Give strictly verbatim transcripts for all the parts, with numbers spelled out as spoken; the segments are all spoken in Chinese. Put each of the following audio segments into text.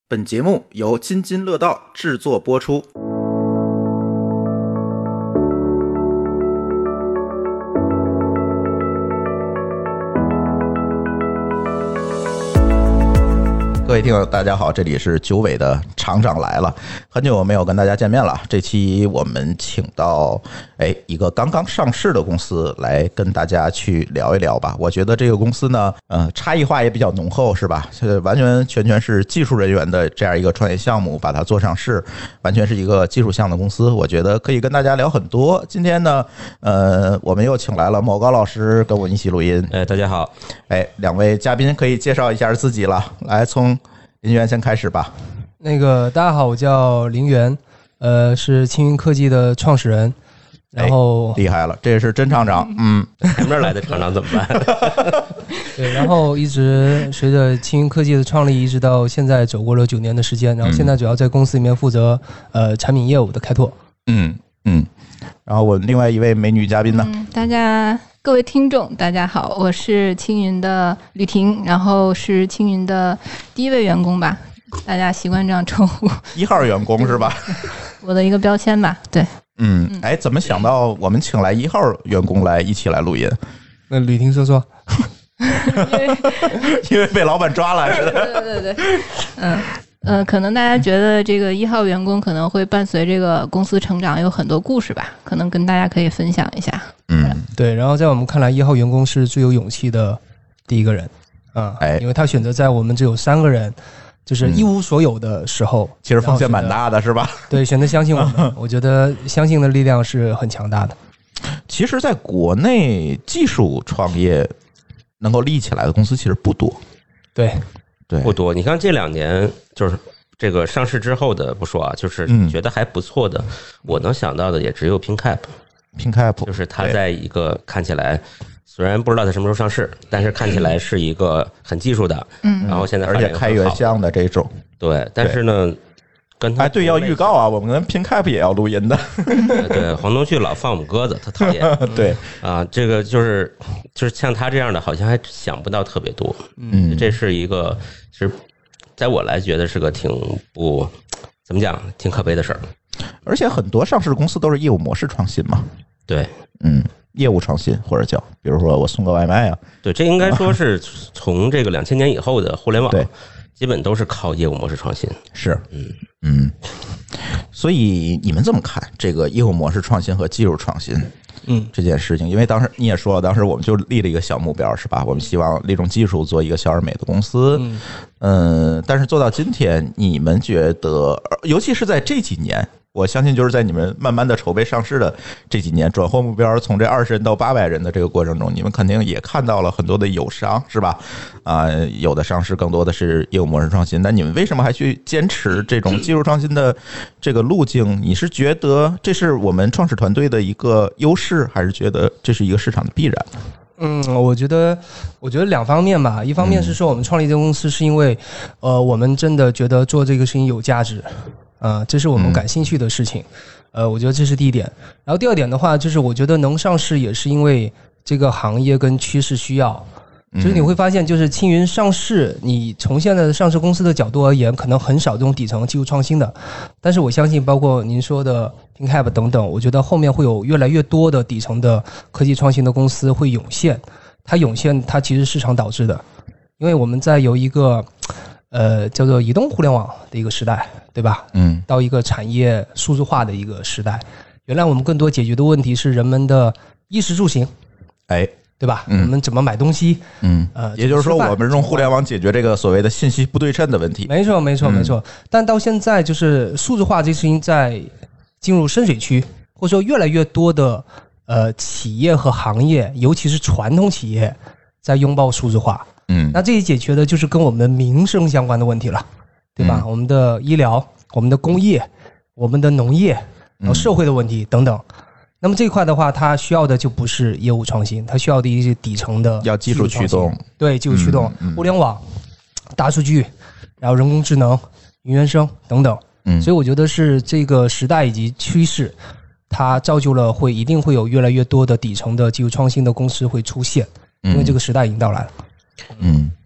本节目由津津乐道制作播出。各位听友大家好，这里是九尾的厂长来了。很久没有跟大家见面了，这期我们请到哎一个刚刚上市的公司来跟大家去聊一聊吧。我觉得这个公司呢呃差异化也比较浓厚，是吧？完全全全是技术人员的这样一个创业项目，把它做上市，完全是一个技术项的公司，我觉得可以跟大家聊很多。今天呢呃我们又请来了某高老师跟我一起录音。 哎，大家好。 哎，两位嘉宾可以介绍一下自己了，来从林源先开始吧。 那个大家好，我叫林源，呃，是青云科技的创始人。然后、 哎、厉害了，这也是真厂长。嗯， 前面来的厂长怎么办？ 对，然后一直随着青云科技的创立，一直到现在走过了九年的时间。然后现在主要在公司里面负责呃产品业务的开拓。 嗯嗯。然后我另外一位美女嘉宾呢？ 嗯，大家各位听众大家好，我是青云的吕婷，然后是青云的第一位员工吧，大家习惯这样称呼。 一号员工是吧？ 我的一个标签吧，对。 嗯，哎，怎么想到我们请来一号员工来一起来录音？ 那吕婷说说。 因为被老板抓了。 对对对对，嗯。呃，可能大家觉得这个一号员工可能会伴随这个公司成长有很多故事吧，可能跟大家可以分享一下。 嗯， 对。然后在我们看来，一号员工是最有勇气的第一个人啊、嗯，哎，因为他选择在我们只有三个人，就是一无所有的时候， 嗯、其实风险蛮大的，是吧？ 对，选择相信我们，我觉得相信的力量是很强大的。 其实，在国内技术创业能够立起来的公司其实不多。 对。 对， 不多。你看这两年就是这个上市之后的不说啊，就是觉得还不错的，嗯、我能想到的也只有 PingCap。PingCap 就是它在一个看起来虽然不知道它什么时候上市，但是看起来是一个很技术的，嗯，然后现在而且开源项的这种， 对，但是呢。跟他哎，对，要预告啊！我们跟 PingCap 也要录音的。 对，黄东旭老放我们鸽子，他讨厌。 对啊，这个就是就是像他这样的，好像还想不到特别多。嗯，这是一个是在我来觉得是个挺不怎么讲，挺可悲的事儿。 而且很多上市公司都是业务模式创新嘛。 对， 嗯，业务创新或者叫，比如说我送个外卖啊。 对，这应该说是从这个两千年以后的互联网。 对。 基本都是靠业务模式创新， 是，嗯嗯，所以你们怎么看这个业务模式创新和技术创新，嗯，这件事情？因为当时你也说了，当时我们就立了一个小目标，是吧？我们希望利用技术做一个小而美的公司，嗯，嗯，但是做到今天，你们觉得，尤其是在这几年。我相信就是在你们慢慢的筹备上市的这几年，转换目标从这二十人到八百人的这个过程中，你们肯定也看到了很多的友商，是吧？啊、呃，有的上市更多的是业务模式创新，但你们为什么还去坚持这种技术创新的这个路径？你是觉得这是我们创始团队的一个优势，还是觉得这是一个市场的必然？ 嗯，我觉得，我觉得两方面吧。一方面是说，我们创立这个公司是因为，呃，我们真的觉得做这个事情有价值。啊、呃，这是我们感兴趣的事情，呃，我觉得这是第一点。然后第二点的话，就是我觉得能上市也是因为这个行业跟趋势需要。就是你会发现，就是青云上市，你从现在的上市公司的角度而言，可能很少这种底层技术创新的。但是我相信，包括您说的 PingCap 等等，我觉得后面会有越来越多的底层的科技创新的公司会涌现。它涌现，它其实市场导致的，因为我们在由一个呃叫做移动互联网的一个时代，对吧？嗯，到一个产业数字化的一个时代。原来我们更多解决的问题是人们的衣食住行， 哎。 对吧、嗯？我们怎么买东西？嗯，呃， 也就是说，我们用互联网解决这个所谓的信息不对称的问题。 没错，没错，没错。但到现在，就是数字化这事情在进入深水区，或者说越来越多的呃企业和行业，尤其是传统企业，在拥抱数字化。嗯，那这一解决的就是跟我们的民生相关的问题了，对吧？嗯、我们的医疗、我们的工业、我们的农业，然后社会的问题等等。那么这一块的话，它需要的就不是业务创新，它需要的一些底层的要技术驱动， 对，技术驱动、嗯嗯、互联网、大数据，然后人工智能、云原生等等。嗯，所以我觉得是这个时代以及趋势，它造就了会一定会有越来越多的底层的技术创新的公司会出现，因为这个时代已经到来了。 嗯。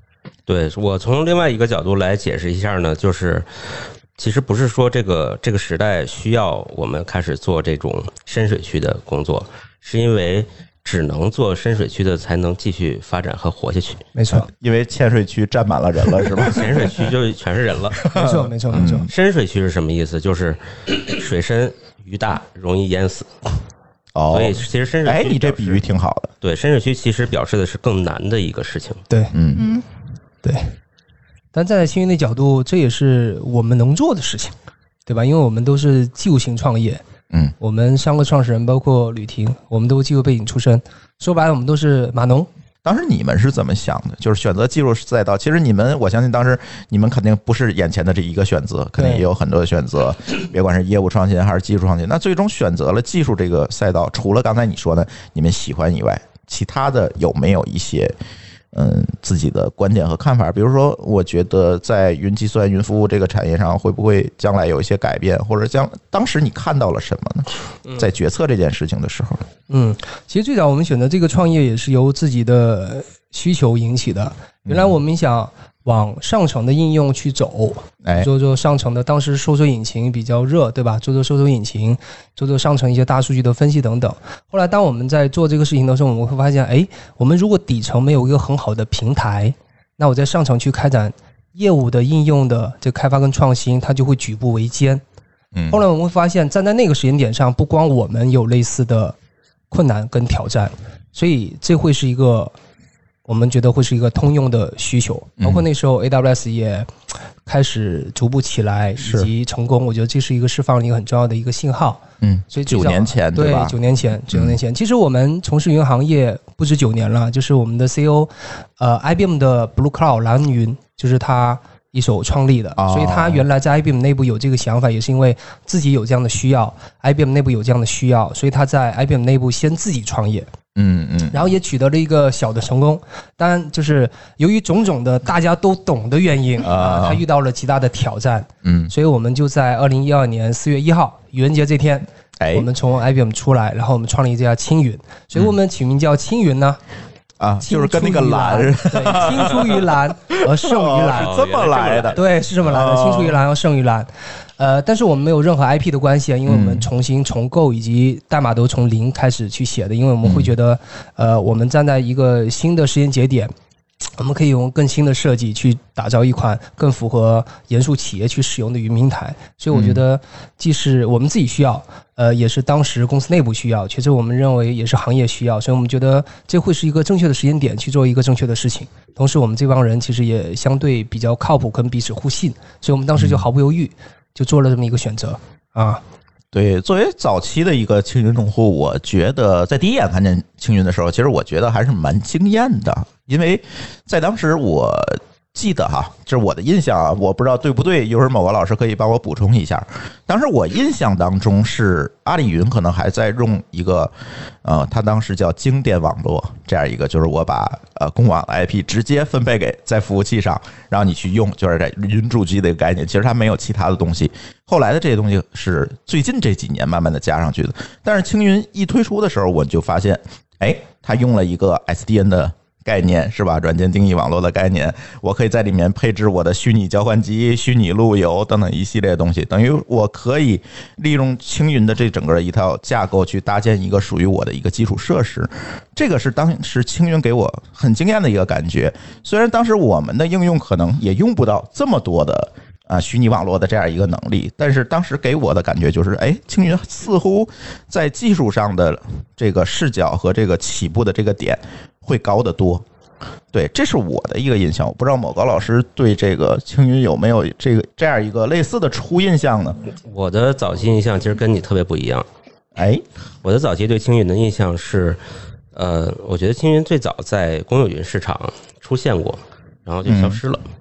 对，我从另外一个角度来解释一下呢，就是其实不是说这个这个时代需要我们开始做这种深水区的工作，是因为只能做深水区的才能继续发展和活下去。 没错， 因为浅水区占满了人了，是吧？ 浅水区就全是人了。 没错，没错，没错。 深水区是什么意思？就是水深鱼大，容易淹死。 哦， 所以其实深水区， 哎，你这比喻挺好的。 对，深水区其实表示的是更难的一个事情。 对， 嗯嗯， 对。但站在青云的角度，这也是我们能做的事情，对吧？因为我们都是技术型创业。 嗯， 我们三个创始人包括吕婷，我们都技术背景出身，说白了我们都是码农。 当时你们是怎么想的？就是选择技术赛道，其实你们我相信当时你们肯定不是眼前的这一个选择，肯定也有很多的选择，别管是业务创新还是技术创新。那最终选择了技术这个赛道，除了刚才你说的你们喜欢以外，其他的有没有一些嗯，自己的观点和看法？比如说，我觉得在云计算、云服务这个产业上，会不会将来有一些改变，或者将当时你看到了什么呢？在决策这件事情的时候， 嗯，其实最早我们选择这个创业也是由自己的需求引起的。原来我们想往上层的应用去走， 哎， 做做上层的，当时搜索引擎比较热，对吧？做做搜索引擎，做做上层一些大数据的分析等等。后来当我们在做这个事情的时候，我们会发现，哎，我们如果底层没有一个很好的平台，那我在上层去开展业务的应用的这开发跟创新，它就会举步维艰。 嗯， 后来我们会发现，站在那个时间点上，不光我们有类似的困难跟挑战，所以这会是一个我们觉得会是一个通用的需求。包括那时候 A W S 也开始逐步起来以及成功，我觉得这是一个释放了一个很重要的一个信号。 嗯， 所以九年前对吧？ 九年前，九年前，其实我们从事云行业不止九年了，就是我们的 C E O， 呃 ，I B M 的 Blue Cloud 蓝云，就是他一手创立的，所以他原来在 I B M 内部有这个想法，也是因为自己有这样的需要 ，I B M 内部有这样的需要，所以他在 I B M 内部先自己创业。 嗯嗯， 然后也取得了一个小的成功，当然就是由于种种的大家都懂的原因啊，他遇到了极大的挑战，嗯，所以我们就在二零一二年四月一号愚人节这天，哎，我们从 I B M 出来，然后我们创立这家青云，所以我们起名叫青云呢。 啊，就是跟那个蓝， 对，青出于蓝而胜于蓝， 是这么来的， 对，是这么来的，青出于蓝而胜于蓝。呃，但是我们没有任何 I P 的关系啊，因为我们重新重构以及代码都从零开始去写的，因为我们会觉得，呃，我们站在一个新的时间节点，我们可以用更新的设计去打造一款更符合严肃企业去使用的云平台。所以我觉得，既是我们自己需要，呃，也是当时公司内部需要，其实我们认为也是行业需要，所以我们觉得这会是一个正确的时间点去做一个正确的事情。同时，我们这帮人其实也相对比较靠谱，跟彼此互信，所以我们当时就毫不犹豫就做了这么一个选择啊。 对，作为早期的一个青云用户，我觉得在第一眼看见青云的时候，其实我觉得还是蛮惊艳的，因为在当时我记得哈，这是我的印象啊，我不知道对不对，一会儿某个老师可以帮我补充一下。当时我印象当中是阿里云可能还在用一个，呃，它当时叫经典网络这样一个，就是我把呃公网 I P 直接分配给在服务器上，然后你去用，就是在云主机的一个概念。其实它没有其他的东西。后来的这些东西是最近这几年慢慢的加上去的。但是青云一推出的时候，我就发现，哎，它用了一个 S D N 的概念，是吧？软件定义网络的概念，我可以在里面配置我的虚拟交换机、虚拟路由等等一系列的东西，等于我可以利用青云的这整个一套架构去搭建一个属于我的一个基础设施。这个是当时青云给我很惊艳的一个感觉。虽然当时我们的应用可能也用不到这么多的啊虚拟网络的这样一个能力，但是当时给我的感觉就是，哎，青云似乎在技术上的这个视角和这个起步的这个点会高得多。对，这是我的一个印象。我不知道某高老师对这个青云有没有这个这样一个类似的初印象呢？ 我的早期印象其实跟你特别不一样。 哎， 我的早期对青云的印象是，呃，我觉得青云最早在公有云市场出现过，然后就消失了。嗯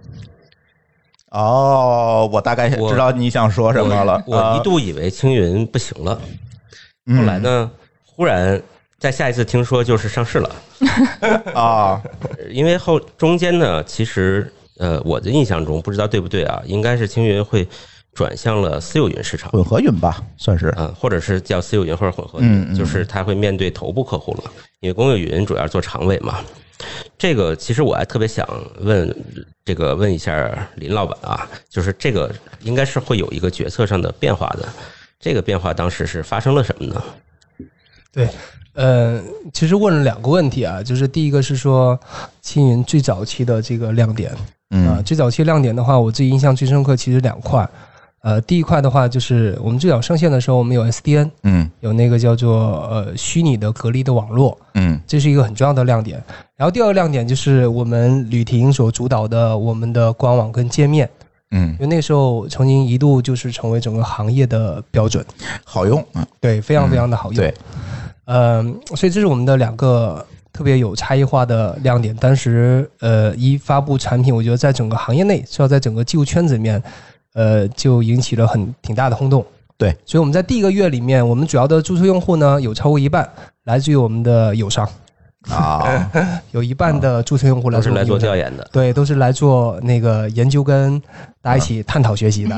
哦，我大概知道你想说什么了。 我, 我一度以为青云不行了，嗯、后来呢，忽然在下一次听说就是上市了啊， 因为后中间呢，其实呃，我的印象中不知道对不对啊，应该是青云会转向了私有云市场， 混合云吧，算是嗯，或者是叫私有云或者混合云，嗯嗯就是它会面对头部客户了，因为公有云主要做长尾嘛。 这个其实我还特别想问这个问一下林老板啊，就是这个应该是会有一个决策上的变化的，这个变化当时是发生了什么呢？ 对，呃，其实问了两个问题啊，就是第一个是说青云最早期的这个亮点，嗯、呃，最早期亮点的话，我自己印象最深刻其实两块。呃，第一块的话就是我们最早上线的时候，我们有 S D N， 嗯，有那个叫做呃虚拟的隔离的网络，嗯，这是一个很重要的亮点。然后第二个亮点就是我们旅亭所主导的我们的官网跟界面，嗯，因为那时候曾经一度就是成为整个行业的标准， 好用啊， 对，非常非常的好用，嗯、对，呃，所以这是我们的两个特别有差异化的亮点。当时呃一发布产品，我觉得在整个行业内，至少在整个技术圈子里面。呃，就引起了很挺大的轰动。 对， 所以我们在第一个月里面，我们主要的注册用户呢，有超过一半来自于我们的友商啊， 有一半的注册用户来自都是来做调研的， 对，都是来做那个研究跟大家一起探讨学习的。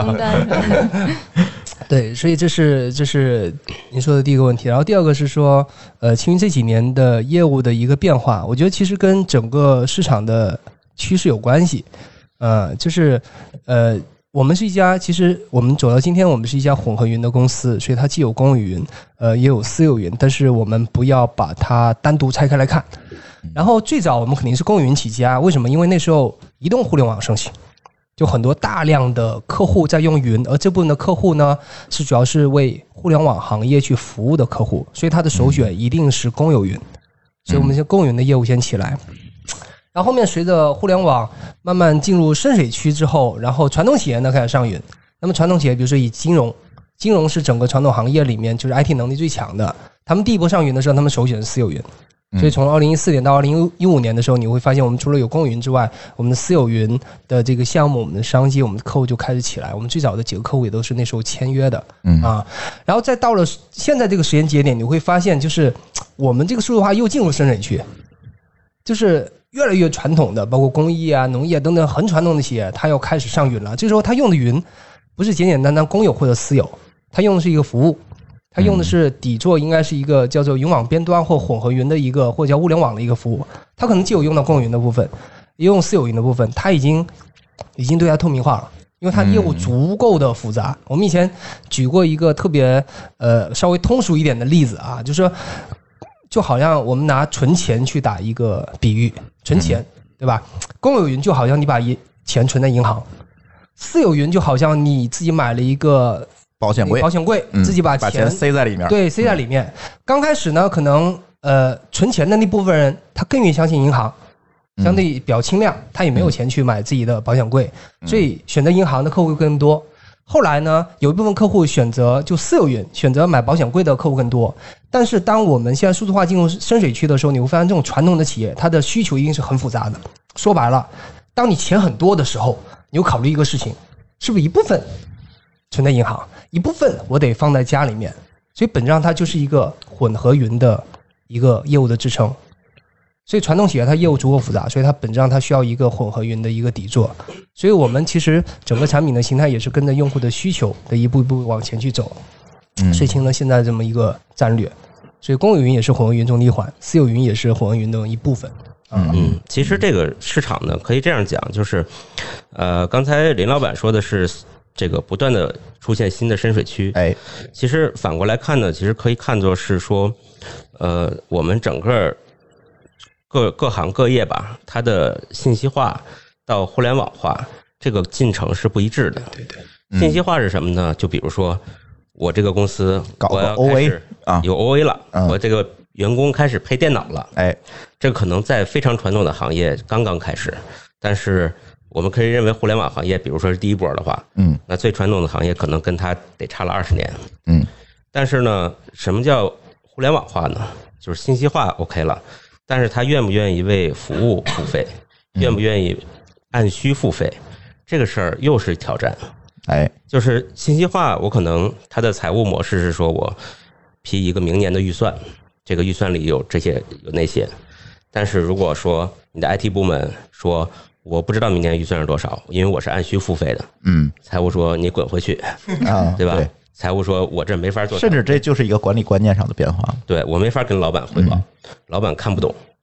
对，所以这是这是您说的第一个问题。然后第二个是说，呃，青云这几年的业务的一个变化，我觉得其实跟整个市场的趋势有关系。呃，就是呃，我们是一家，其实我们走到今天，我们是一家混合云的公司，所以它既有公有云，呃，也有私有云，但是我们不要把它单独拆开来看。然后最早我们肯定是公有云起家，为什么？因为那时候移动互联网盛行，就很多大量的客户在用云，而这部分的客户呢，是主要是为互联网行业去服务的客户，所以他的首选一定是公有云。所以我们先公有云的业务先起来。然后后面随着互联网慢慢进入深水区之后，然后传统企业呢开始上云。那么传统企业比如说以金融，金融是整个传统行业里面就是 I T 能力最强的，他们第一波上云的时候，他们首选是私有云。所以从二零一四年到二零一五年的时候，你会发现我们除了有公有云之外，我们的私有云的这个项目，我们的商机，我们的客户就开始起来。我们最早的几个客户也都是那时候签约的，嗯啊。然后再到了现在这个时间节点，你会发现就是我们这个数字化又进入深水区，就是越来越传统的，包括工艺啊、农业等等很传统的企业，它要开始上云了。这时候它用的云不是简简单单公有或者私有，它用的是一个服务。它用的是底座，应该是一个叫做云网边端或混合云的一个，或者叫物联网的一个服务。它可能既有用到公有云的部分，也用私有云的部分。它已经已经对它透明化了，因为它的业务足够的复杂。我们以前举过一个特别呃稍微通俗一点的例子啊，就是说就好像我们拿存钱去打一个比喻，存钱对吧？公有云就好像你把钱存在银行，私有云就好像你自己买了一个。 保险柜， 保险柜，自己把钱,、嗯、把钱塞在里面， 对，塞在里面。刚开始呢，可能呃存钱的那部分人，他更愿意相信银行，相对比较轻量，他也没有钱去买自己的保险柜，嗯、所以选择银行的客户更多。后来呢，有一部分客户选择就私有云，选择买保险柜的客户更多。但是当我们现在数字化进入深水区的时候，你会发现这种传统的企业，它的需求一定是很复杂的。说白了，当你钱很多的时候，你就考虑一个事情，是不是一部分存在银行？一部分我得放在家里面，所以本质上它就是一个混合云的一个业务的支撑。所以传统企业它业务足够复杂，所以它本质上它需要一个混合云的一个底座。所以我们其实整个产品的形态也是跟着用户的需求的一步一步往前去走，实行了现在这么一个战略。所以公有云也是混合云中的一环，私有云也是混合云的一部分。 嗯嗯，其实这个市场呢，可以这样讲，就是，呃，刚才林老板说的是。这个不断的出现新的深水区，哎，其实反过来看呢，其实可以看作是说，呃，我们整个各各行各业吧，它的信息化到互联网化这个进程是不一致的。 对对， 嗯、信息化是什么呢？就比如说我这个公司搞个 O A 啊， 有 O A 了，嗯、我这个员工开始配电脑了， 哎， 这可能在非常传统的行业刚刚开始，但是。我们可以认为互联网行业，比如说是第一波的话，嗯，那最传统的行业可能跟它得差了二十年，嗯。但是呢，什么叫互联网化呢？就是信息化 OK 了，但是他愿不愿意为服务付费，愿不愿意按需付费，这个事儿又是挑战。 哎， 就是信息化，我可能它的财务模式是说我批一个明年的预算，这个预算里有这些有那些，但是如果说你的 I T 部门说。我不知道明年预算是多少，因为我是按需付费的。嗯，财务说你滚回去啊，对吧？对，财务说我这没法做， 甚至这就是一个管理观念上的变化。 对，我没法跟老板汇报，嗯、老板看不懂。嗯，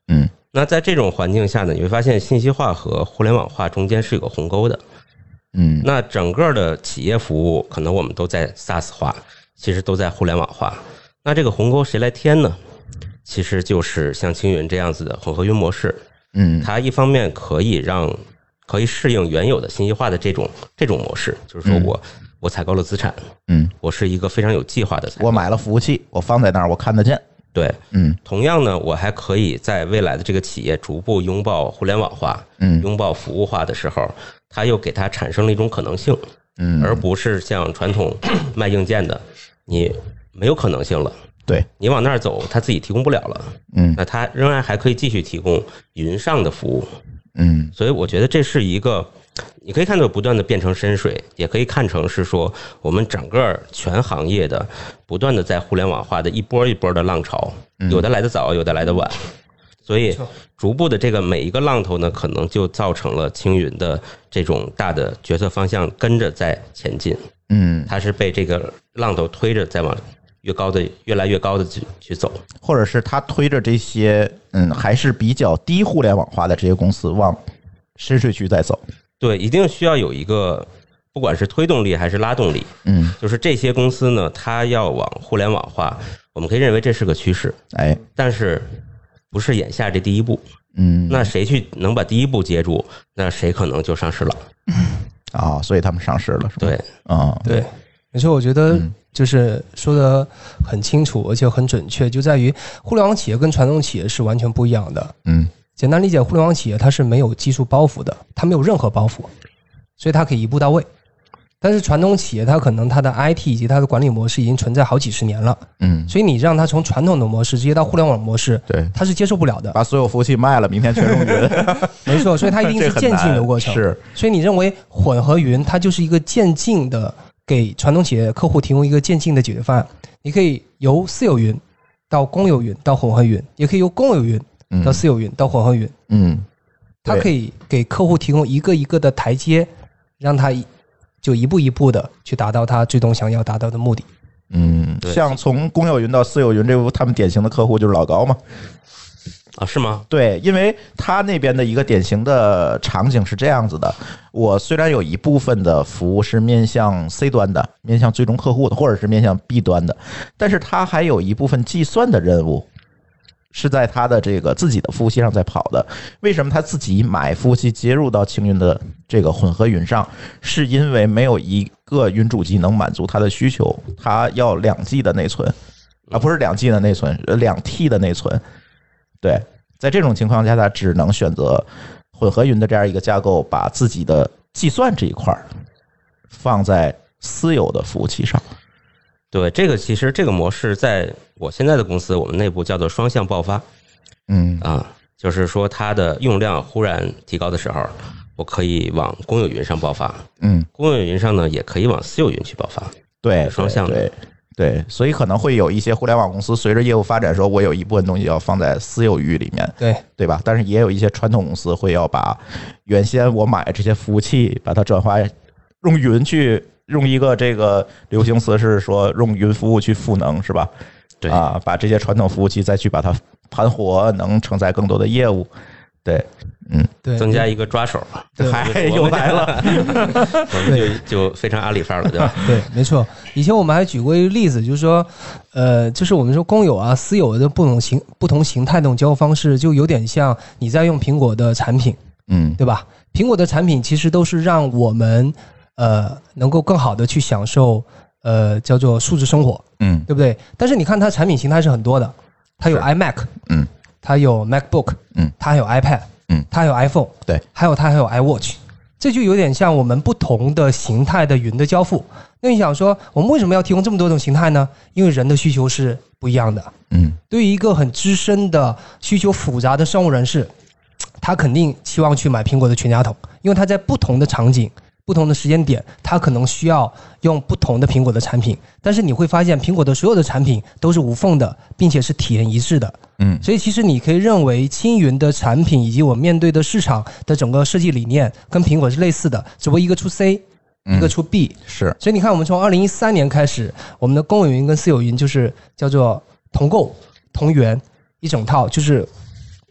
那在这种环境下呢，你会发现信息化和互联网化中间是有个鸿沟的。 嗯， 那整个的企业服务可能我们都在 SaaS 化，其实都在互联网化。那这个鸿沟谁来填呢？其实就是像青云这样子的混合云模式。 嗯， 它一方面可以让可以适应原有的信息化的这种这种模式，就是说我、嗯、我采购了资产， 嗯， 我是一个非常有计划的采购， 我买了服务器，我放在那儿，我看得见。 对， 嗯， 同样呢，我还可以在未来的这个企业逐步拥抱互联网化， 嗯， 拥抱服务化的时候，它又给它产生了一种可能性， 嗯， 而不是像传统卖硬件的，你没有可能性了， 对， 你往那儿走，它自己提供不了了， 嗯， 那它仍然还可以继续提供云上的服务， 嗯， 所以我觉得这是一个。你可以看到不断的变成深水，也可以看成是说我们整个全行业的不断的在互联网化的一波一波的浪潮，有的来得早，有的来得晚，所以逐步的这个每一个浪头呢，可能就造成了青云的这种大的决策方向跟着在前进。 嗯， 它是被这个浪头推着在往越高的越来越高的去去走， 或者是它推着这些嗯还是比较低互联网化的这些公司往深水区在走。 对，一定需要有一个，不管是推动力还是拉动力， 嗯， 就是这些公司呢，它要往互联网化，我们可以认为这是个趋势， 哎， 但是不是眼下这第一步， 嗯， 那谁去能把第一步接住，那谁可能就上市了， 啊、哦，所以他们上市了，是吧？ 对， 啊、哦， 对，没错，我觉得就是说的很清楚，而且很准确，就在于互联网企业跟传统企业是完全不一样的， 嗯。 简单理解，互联网企业它是没有技术包袱的，它没有任何包袱，所以它可以一步到位。但是传统企业它可能它的 I T 以及它的管理模式已经存在好几十年了， 嗯， 所以你让它从传统的模式直接到互联网模式， 对， 它是接受不了的。 把所有服务器卖了，明天全用云， 没错，所以它一定是渐进的过程。 是， 所以你认为混合云它就是一个渐进的，给传统企业客户提供一个渐进的解决方案。你可以由私有云到公有云到混合云，也可以由公有云到私有云到混合云， 嗯， 它可以给客户提供一个一个的台阶，让他就一步一步的去达到他最终想要达到的目的。 嗯，像从公有云到私有云，这不他们典型的客户就是老高嘛？ 啊，是吗？ 对，因为他那边的一个典型的场景是这样子的：我虽然有一部分的服务是面向 C 端的，面向最终客户的，或者是面向 B 端的，但是他还有一部分计算的任务。是在他的这个自己的服务器上在跑的。为什么他自己买服务器接入到青云的这个混合云上？是因为没有一个云主机能满足他的需求，他要两 G 的内存，啊，不是两 G 的内存，两 T 的内存。对，在这种情况下，他只能选择混合云的这样一个架构，把自己的计算这一块放在私有的服务器上。 对，这个其实这个模式在我现在的公司，我们内部叫做双向爆发。 嗯啊，就是说它的用量忽然提高的时候，我可以往公有云上爆发。 嗯， 公有云上呢，也可以往私有云去爆发。 对， 双向的。 对对，对，所以可能会有一些互联网公司随着业务发展说，我有一部分东西要放在私有域里面， 对对吧？但是也有一些传统公司会要把原先我买这些服务器，把它转化用云去。用一个这个流行词是说用云服务去赋能，是吧？ 对啊，把这些传统服务器再去把它盘活，能承载更多的业务。对，嗯， 对， 增加一个抓手， 还又来了， 我们就就非常阿里范儿了，对吧？ 对，没错。以前我们还举过一个例子，就是说，呃，就是我们说公有啊、私有的不同形、不同形态这种交互方式，就有点像你在用苹果的产品， 嗯， 对吧？苹果的产品其实都是让我们。呃，能够更好的去享受，呃，叫做数字生活， 嗯， 对不对？但是你看它产品形态是很多的，它有 iMac， 嗯， 它有 MacBook， 嗯， 它还有 iPad， 嗯， 它还有 iPhone， 对， 还有它还有 iWatch， 这就有点像我们不同的形态的云的交付。那你想说，我们为什么要提供这么多种形态呢？因为人的需求是不一样的， 嗯， 对于一个很资深的需求复杂的商务人士，他肯定期望去买苹果的全家桶，因为他在不同的场景。不同的时间点，它可能需要用不同的苹果的产品，但是你会发现苹果的所有的产品都是无缝的，并且是体验一致的。 嗯， 所以其实你可以认为青云的产品以及我面对的市场的整个设计理念跟苹果是类似的，只不过一个出 C， 一个出 B。 嗯、是， 所以你看，我们从二零一三年开始，我们的公有云跟私有云就是叫做同构同源一整套，就是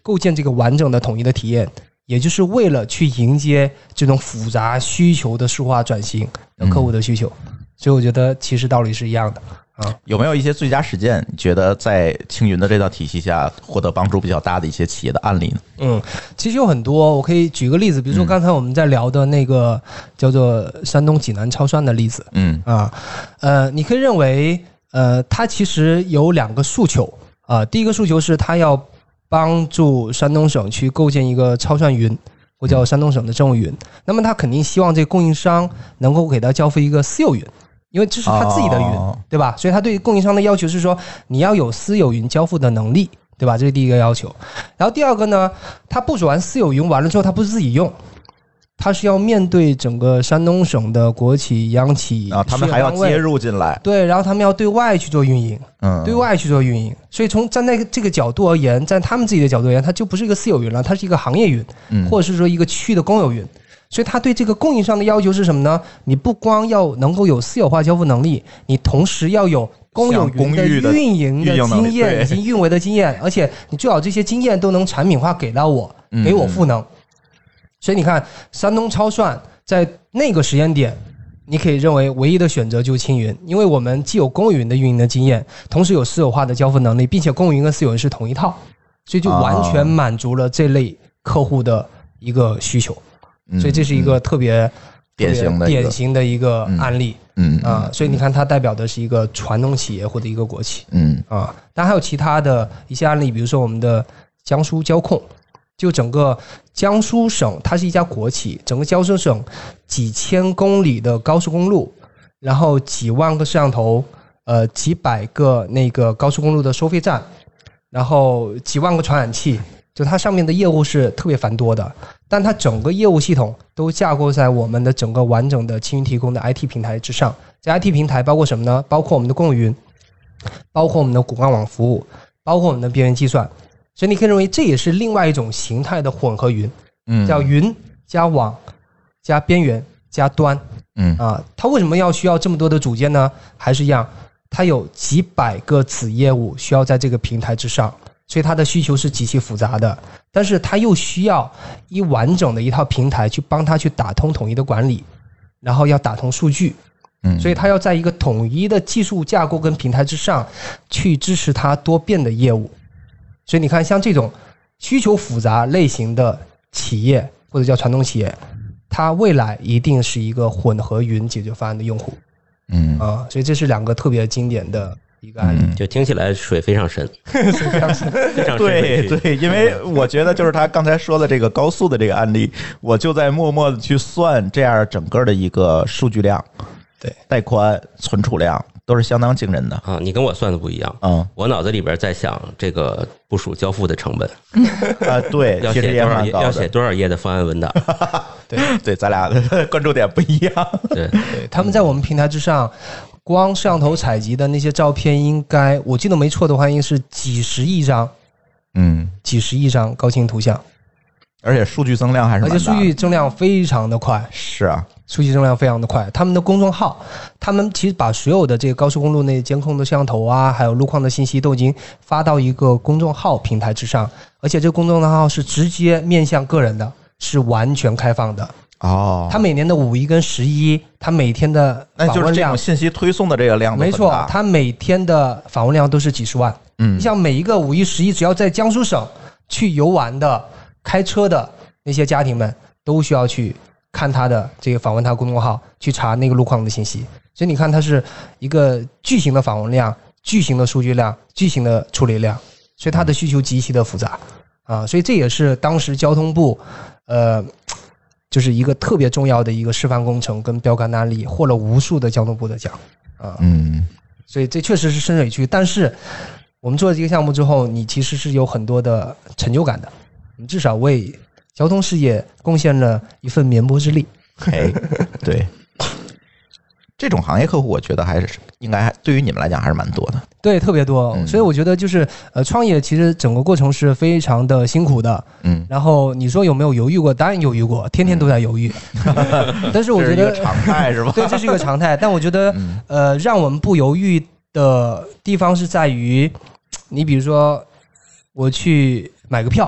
构建这个完整的统一的体验，也就是为了去迎接这种复杂需求的数化转型的客户的需求。嗯、所以我觉得其实道理是一样的。啊， 有没有一些最佳实践？你觉得在青云的这套体系下获得帮助比较大的一些企业的案例呢？ 嗯，其实有很多，我可以举个例子，比如说刚才我们在聊的那个叫做山东济南超酸的例子。嗯啊，呃，你可以认为，呃，它其实有两个诉求啊、呃。第一个诉求是它要帮助山东省去构建一个超算云，或叫山东省的政务云。那么它肯定希望这个供应商能够给它交付一个私有云。因为这是他自己的云，哦、对吧？所以他对供应商的要求是说，你要有私有云交付的能力，对吧？这是第一个要求。然后第二个呢，他部署完私有云完了之后，他不是自己用，他是要面对整个山东省的国企、央企啊，他们还要接入进来， 对，然后他们要对外去做运营，嗯，对外去做运营。所以从站在这个角度而言，在他们自己的角度而言，它就不是一个私有云了，它是一个行业云，嗯、或者是说一个区域的公有云。所以他对这个供应商的要求是什么呢？你不光要能够有私有化交付能力，你同时要有公有云的运营的经验以及运维的经验，而且你最好这些经验都能产品化给到我，给我赋能。嗯、所以你看，山东超算在那个时间点，你可以认为唯一的选择就是青云，因为我们既有公有云的运营的经验，同时有私有化的交付能力，并且公有云跟私有云是同一套，所以就完全满足了这类客户的一个需求。所以这是一个特别典型的典型的一个案例，嗯啊，所以你看它代表的是一个传统企业或者一个国企，嗯啊，当然还有其他的一些案例，比如说我们的江苏交控，就整个江苏省它是一家国企，整个江苏省几千公里的高速公路，然后几万个摄像头，呃几百个那个高速公路的收费站，然后几万个传感器。就它上面的业务是特别繁多的，但它整个业务系统都架构在我们的整个完整的青云提供的 I T 平台之上。这 I T 平台包括什么呢？包括我们的公有云，包括我们的骨干网服务，包括我们的边缘计算。所以你可以认为这也是另外一种形态的混合云，嗯，叫云加网加边缘加端，嗯啊，它为什么要需要这么多的组件呢？还是一样，它有几百个子业务需要在这个平台之上。所以它的需求是极其复杂的，但是它又需要一完整的一套平台去帮它去打通统一的管理，然后要打通数据，嗯，所以它要在一个统一的技术架构跟平台之上去支持它多变的业务。所以你看，像这种需求复杂类型的企业或者叫传统企业，它未来一定是一个混合云解决方案的用户，嗯啊，所以这是两个特别经典的。一个案例、 嗯、就听起来水非常深， 水非常深， 非常深。 对对，因为我觉得就是他刚才说的这个高速的这个案例，我就在默默的去算这样整个的一个数据量， 对， 带宽、存储量都是相当惊人的啊！你跟我算的不一样，嗯，我脑子里边在想这个部署交付的成本啊，对， 要写多少页，要写多少页的方案文档， 对对，咱俩的关注点不一样， 对对，他们在我们平台之上。光摄像头采集的那些照片，应该我记得没错的话，应该是几十亿张，嗯，几十亿张高清图像， 而且数据增量还是蛮大的， 而且数据增量非常的快， 是啊， 数据增量非常的快。他们的公众号，他们其实把所有的这个高速公路内监控的摄像头啊，还有路况的信息都已经发到一个公众号平台之上，而且这个公众号是直接面向个人的，是完全开放的。哦，他每年的五一跟十一，他每天的访问量， 那就是这种信息推送的这个量， 没错，他每天的访问量都是几十万。嗯，你像每一个五一、十一，只要在江苏省去游玩的、开车的那些家庭们，都需要去看他的这个访问他公众号，去查那个路况的信息。所以你看，它是一个巨型的访问量、巨型的数据量、巨型的处理量，所以它的需求极其的复杂啊。所以这也是当时交通部，呃。就是一个特别重要的一个示范工程跟标杆案例，获了无数的交通部的奖啊，嗯，所以这确实是深水区。但是我们做了这个项目之后，你其实是有很多的成就感的，你至少为交通事业贡献了一份绵薄之力。 哎，对，这种行业客户，我觉得还是应该对于你们来讲还是蛮多的。 对，特别多。嗯、所以我觉得就是呃，创业其实整个过程是非常的辛苦的。嗯。然后你说有没有犹豫过？当然犹豫过，天天都在犹豫。嗯、但是我觉得这是一个常态是吧？ 对，这是一个常态。但我觉得、嗯、呃，让我们不犹豫的地方是在于，你比如说我去买个票，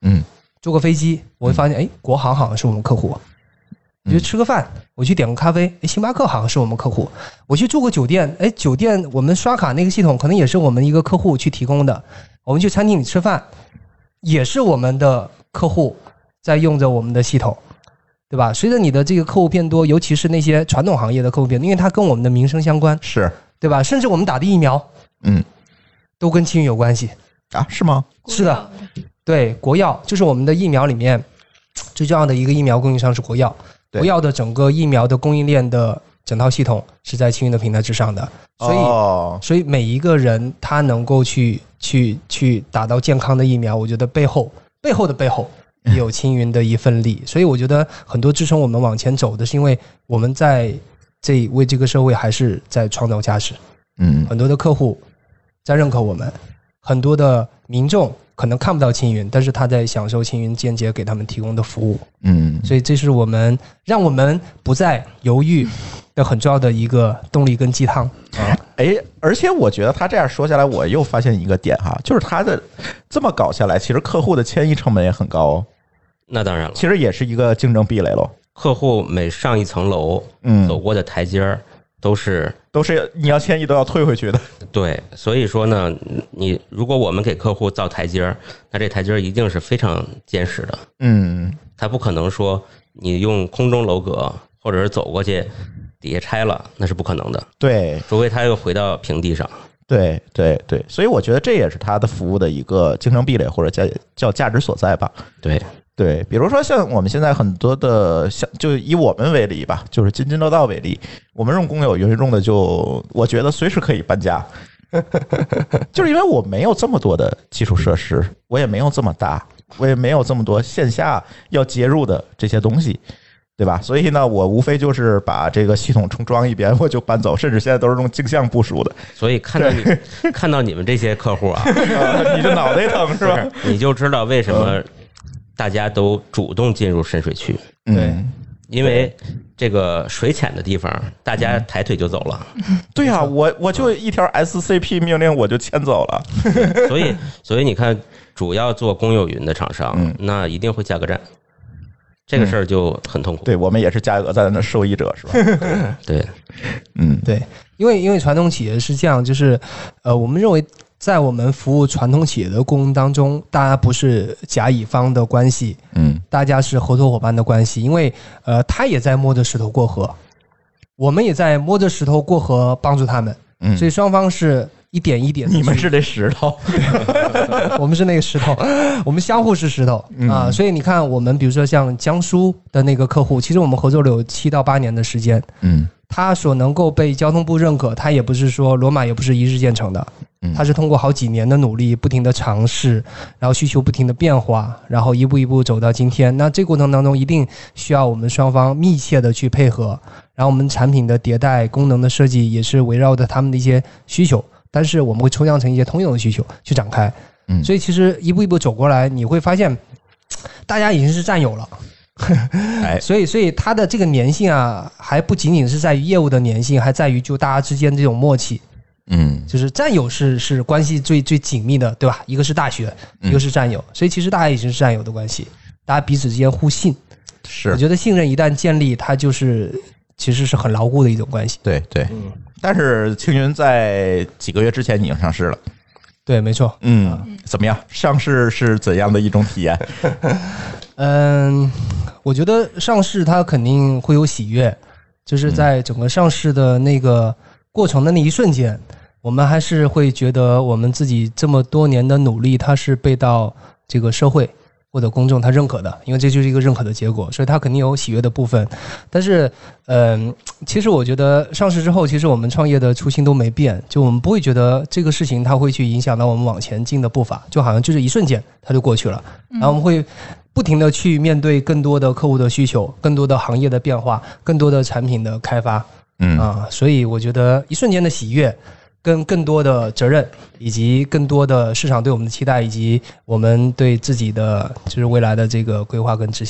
嗯， 坐个飞机，我会发现，哎，国航好像是我们客户。我去吃个饭，我去点个咖啡，哎，星巴克好像是我们客户。我去住个酒店，哎，酒店我们刷卡那个系统可能也是我们一个客户去提供的。我们去餐厅里吃饭，也是我们的客户在用着我们的系统，对吧？随着你的这个客户变多，尤其是那些传统行业的客户变多，因为它跟我们的民生相关， 是对吧？甚至我们打的疫苗， 嗯， 都跟青云有关系啊？是吗？ 是的，对，国药就是我们的疫苗里面最重要的一个疫苗供应商是国药。国药的整个疫苗的供应链的整套系统是在青云的平台之上的，所以、哦、所以每一个人他能够去去去打到健康的疫苗，我觉得背后背后的背后也有青云的一份力。所以我觉得很多支撑我们往前走的是因为我们在这为这个社会还是在创造价值。 嗯， 很多的客户在认可我们，很多的民众可能看不到青云，但是他在享受青云间接给他们提供的服务。 嗯， 所以这是我们让我们不再犹豫的很重要的一个动力跟鸡汤啊！ 哎，而且我觉得他这样说下来，我又发现一个点哈，就是他的这么搞下来，其实客户的迁移成本也很高哦。 那当然了， 其实也是一个竞争壁垒喽。 客户每上一层楼，嗯，走过的台阶儿都是都是你要迁移都要退回去的。 对，所以说呢，你如果我们给客户造台阶儿，那这台阶儿一定是非常坚实的。 嗯， 他不可能说你用空中楼阁或者是走过去底下拆了，那是不可能的。 对， 除非他又回到平地上。 对对对，所以我觉得这也是他的服务的一个竞争壁垒或者叫叫价值所在吧。 对对，比如说像我们现在很多的，像就以我们为例吧，就是津津乐道为例，我们用公有云用的就，我觉得随时可以搬家，就是因为我没有这么多的基础设施，我也没有这么大，我也没有这么多线下要接入的这些东西，对吧？所以呢，我无非就是把这个系统重装一遍，我就搬走，甚至现在都是用镜像部署的。 所以看到你看到你们这些客户啊， 你就脑袋疼是吧？ 你就知道为什么大家都主动进入深水区。 对， 因为这个水浅的地方，大家抬腿就走了。 对啊，我我就一条 S C P 命令我就迁走了。 所以，所以你看，主要做公有云的厂商，嗯、那一定会价格战。这个事儿就很痛苦。 对，我们也是价格战的受益者，是吧？ 对， 嗯， 对，因为因为传统企业是这样，就是呃，我们认为在我们服务传统企业的过程当中，大家不是甲乙方的关系， 嗯， 大家是合作伙伴的关系，因为呃，他也在摸着石头过河，我们也在摸着石头过河帮助他们，嗯，所以双方是一点一点的。 你们是这石头， 我们是那个石头，我们相互是石头、嗯、啊。所以你看，我们比如说像江苏的那个客户，其实我们合作了有七到八年的时间， 嗯， 他所能够被交通部认可，他也不是说罗马也不是一日建成的，他是通过好几年的努力，不停的尝试，然后需求不停的变化，然后一步一步走到今天。那这个过程当中，一定需要我们双方密切的去配合，然后我们产品的迭代、功能的设计也是围绕着他们的一些需求。但是我们会抽象成一些通用的需求去展开，嗯，所以其实一步一步走过来，你会发现，大家已经是战友了，哎，所以所以它的这个粘性啊，还不仅仅是在于业务的粘性，还在于就大家之间这种默契， 嗯， 就是战友是是关系最最紧密的，对吧？一个是大学，一个是战友，所以其实大家已经是战友的关系，大家彼此之间互信， 是， 我觉得信任一旦建立，它就是其实是很牢固的一种关系， 对对，嗯。但是青云在几个月之前已经上市了， 对，没错。 嗯，怎么样？上市是怎样的一种体验？ 嗯，我觉得上市它肯定会有喜悦，就是在整个上市的那个过程的那一瞬间，嗯、我们还是会觉得我们自己这么多年的努力，它是被到这个社会或者公众他认可的，因为这就是一个认可的结果，所以它肯定有喜悦的部分。但是，嗯、呃，其实我觉得上市之后，其实我们创业的初心都没变，就我们不会觉得这个事情它会去影响到我们往前进的步伐，就好像就是一瞬间它就过去了。然后我们会不停的去面对更多的客户的需求，更多的行业的变化，更多的产品的开发，嗯啊，所以我觉得一瞬间的喜悦，跟更多的责任，以及更多的市场对我们的期待，以及我们对自己的就是未来的这个规划跟执行。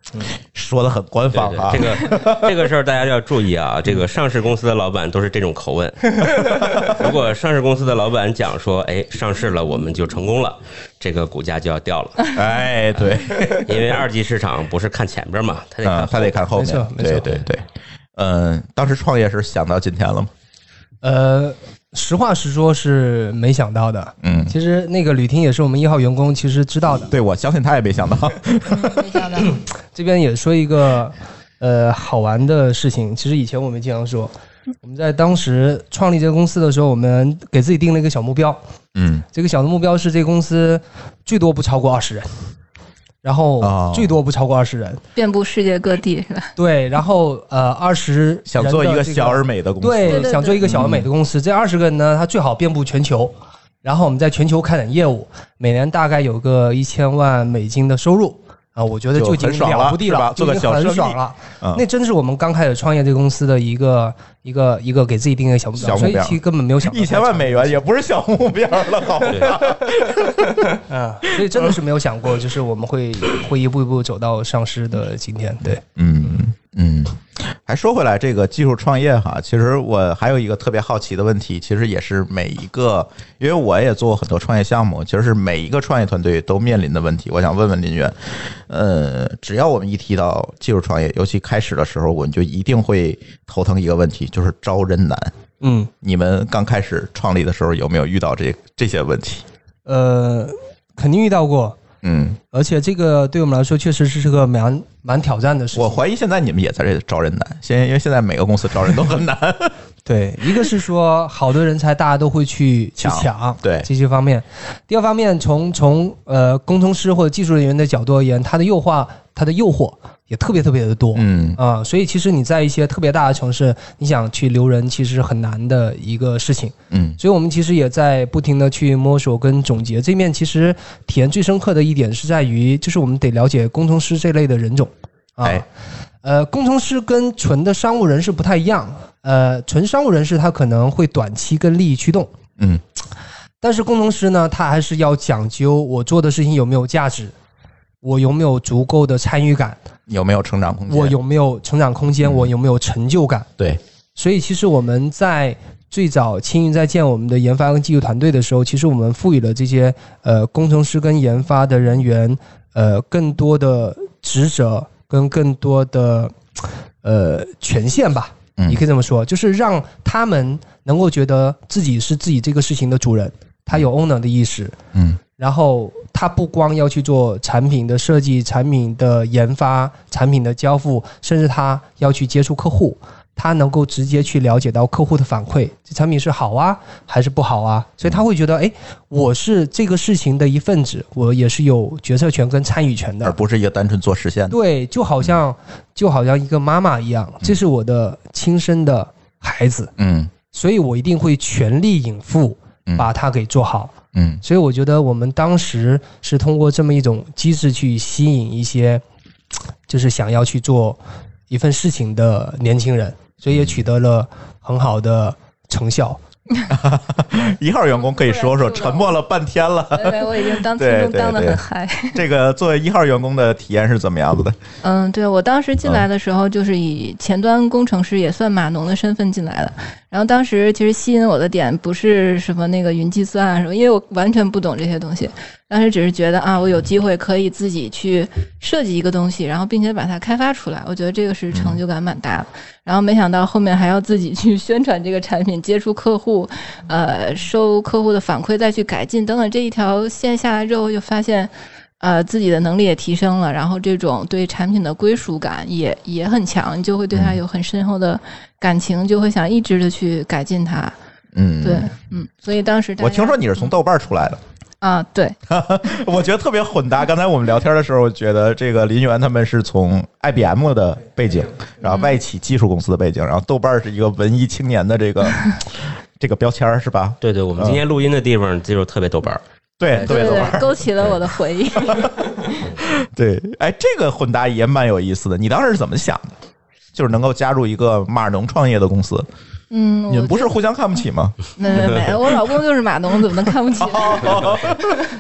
说的很官方啊。 对对，这个这个事儿大家要注意啊，这个上市公司的老板都是这种口吻。如果上市公司的老板讲说，哎，上市了我们就成功了，这个股价就要掉了。 哎，对， 因为二级市场不是看前边嘛，他得看、 嗯、他得看后面。 没错，没错， 对对对。嗯，当时创业是想到今天了吗？ 呃。实话实说，是没想到的。嗯，其实那个吕婷也是我们一号员工，其实知道的。 对，我相信他也没想到。 没想到。 这边也说一个呃好玩的事情。其实以前我们经常说，我们在当时创立这个公司的时候，我们给自己定了一个小目标。嗯，这个小的目标是这个公司最多不超过二十人。然后最多不超过二十人、哦， 遍布世界各地是吧？ 对，然后呃二十、这个、 想做一个小而美的公司， 对， 对对对想做一个小而美的公司。嗯、这二十个人呢，它最好遍布全球，然后我们在全球开展业务，每年大概有个一千万美金的收入啊，我觉得就已经了不地了， 做个小很爽了。嗯、那真是我们刚开始创业这个公司的一个一个一个给自己定一个小目标，所以其实根本没有想到一千万美元也不是小目标了，好吧？ 啊，所以真的是没有想过，就是我们会会一步一步走到上市的今天。对， 嗯嗯。还说回来，这个技术创业哈，其实我还有一个特别好奇的问题，其实也是每一个，因为我也做过很多创业项目，其实是每一个创业团队都面临的问题。我想问问林源，呃，只要我们一提到技术创业，尤其开始的时候，我们就一定会头疼一个问题，就是招人难。嗯，你们刚开始创立的时候有没有遇到这这些问题？ 呃，肯定遇到过。嗯，而且这个对我们来说确实是个蛮蛮挑战的事情。 我怀疑现在你们也在这招人难，现因为现在每个公司招人都很难。 对，一个是说好的人才大家都会去去抢， 对这些方面。第二方面，从从呃工程师或者技术人员的角度而言，他的诱惑，他的诱惑也特别特别的多。嗯啊、呃，所以其实你在一些特别大的城市，你想去留人，其实很难的一个事情。嗯，所以我们其实也在不停的去摸索跟总结。这面其实体验最深刻的一点是在于，就是我们得了解工程师这类的人种啊。哎呃，工程师跟纯的商务人士不太一样。呃，纯商务人士他可能会短期跟利益驱动，嗯，但是工程师呢，他还是要讲究我做的事情有没有价值，我有没有足够的参与感， 有没有成长空间， 我有没有成长空间，嗯、我有没有成就感。 对， 所以其实我们在最早青云在建我们的研发跟技术团队的时候，其实我们赋予了这些呃工程师跟研发的人员呃更多的职责。跟更多的呃权限吧，你可以这么说，就是让他们能够觉得自己是自己这个事情的主人，他有 owner 的意识，嗯，然后他不光要去做产品的设计、产品的研发、产品的交付，甚至他要去接触客户。他能够直接去了解到客户的反馈，这产品是好啊还是不好啊，所以他会觉得，哎，我是这个事情的一份子，我也是有决策权跟参与权的， 而不是一个单纯做实现的。 对，就好像就好像一个妈妈一样，这是我的亲生的孩子，嗯，所以我一定会全力以赴把它给做好，嗯，所以我觉得我们当时是通过这么一种机制去吸引一些，就是想要去做一份事情的年轻人。所以也取得了很好的成效。 一号员工可以说说，沉默了半天了。 对，我已经当听众当得很嗨。 这个作为一号员工的体验是怎么样子的？ 嗯，对，我当时进来的时候，就是以前端工程师也算码农的身份进来的。然后当时其实吸引我的点不是什么那个云计算啊什么，因为我完全不懂这些东西。当时只是觉得啊，我有机会可以自己去设计一个东西，然后并且把它开发出来，我觉得这个是成就感蛮大的。然后没想到后面还要自己去宣传这个产品，接触客户，呃，收客户的反馈，再去改进等等，这一条线下来之后，就发现，呃，自己的能力也提升了，然后这种对产品的归属感也也很强，你就会对它有很深厚的感情，就会想一直的去改进它。嗯，对，嗯，所以当时我听说你是从豆瓣出来的。 啊，对， 我觉得特别混搭。刚才我们聊天的时候，我觉得这个林源他们是从 I B M 的背景，然后外企技术公司的背景，然后豆瓣是一个文艺青年的这个这个标签是吧？ 对对，我们今天录音的地方就是特别豆瓣， 对，特别豆瓣， 勾起了我的回忆。 对，哎，这个混搭也蛮有意思的。你当时是怎么想的？就是能够加入一个码农创业的公司？嗯，你们不是互相看不起吗？ 没没没，我老公就是码农，怎么能看不起？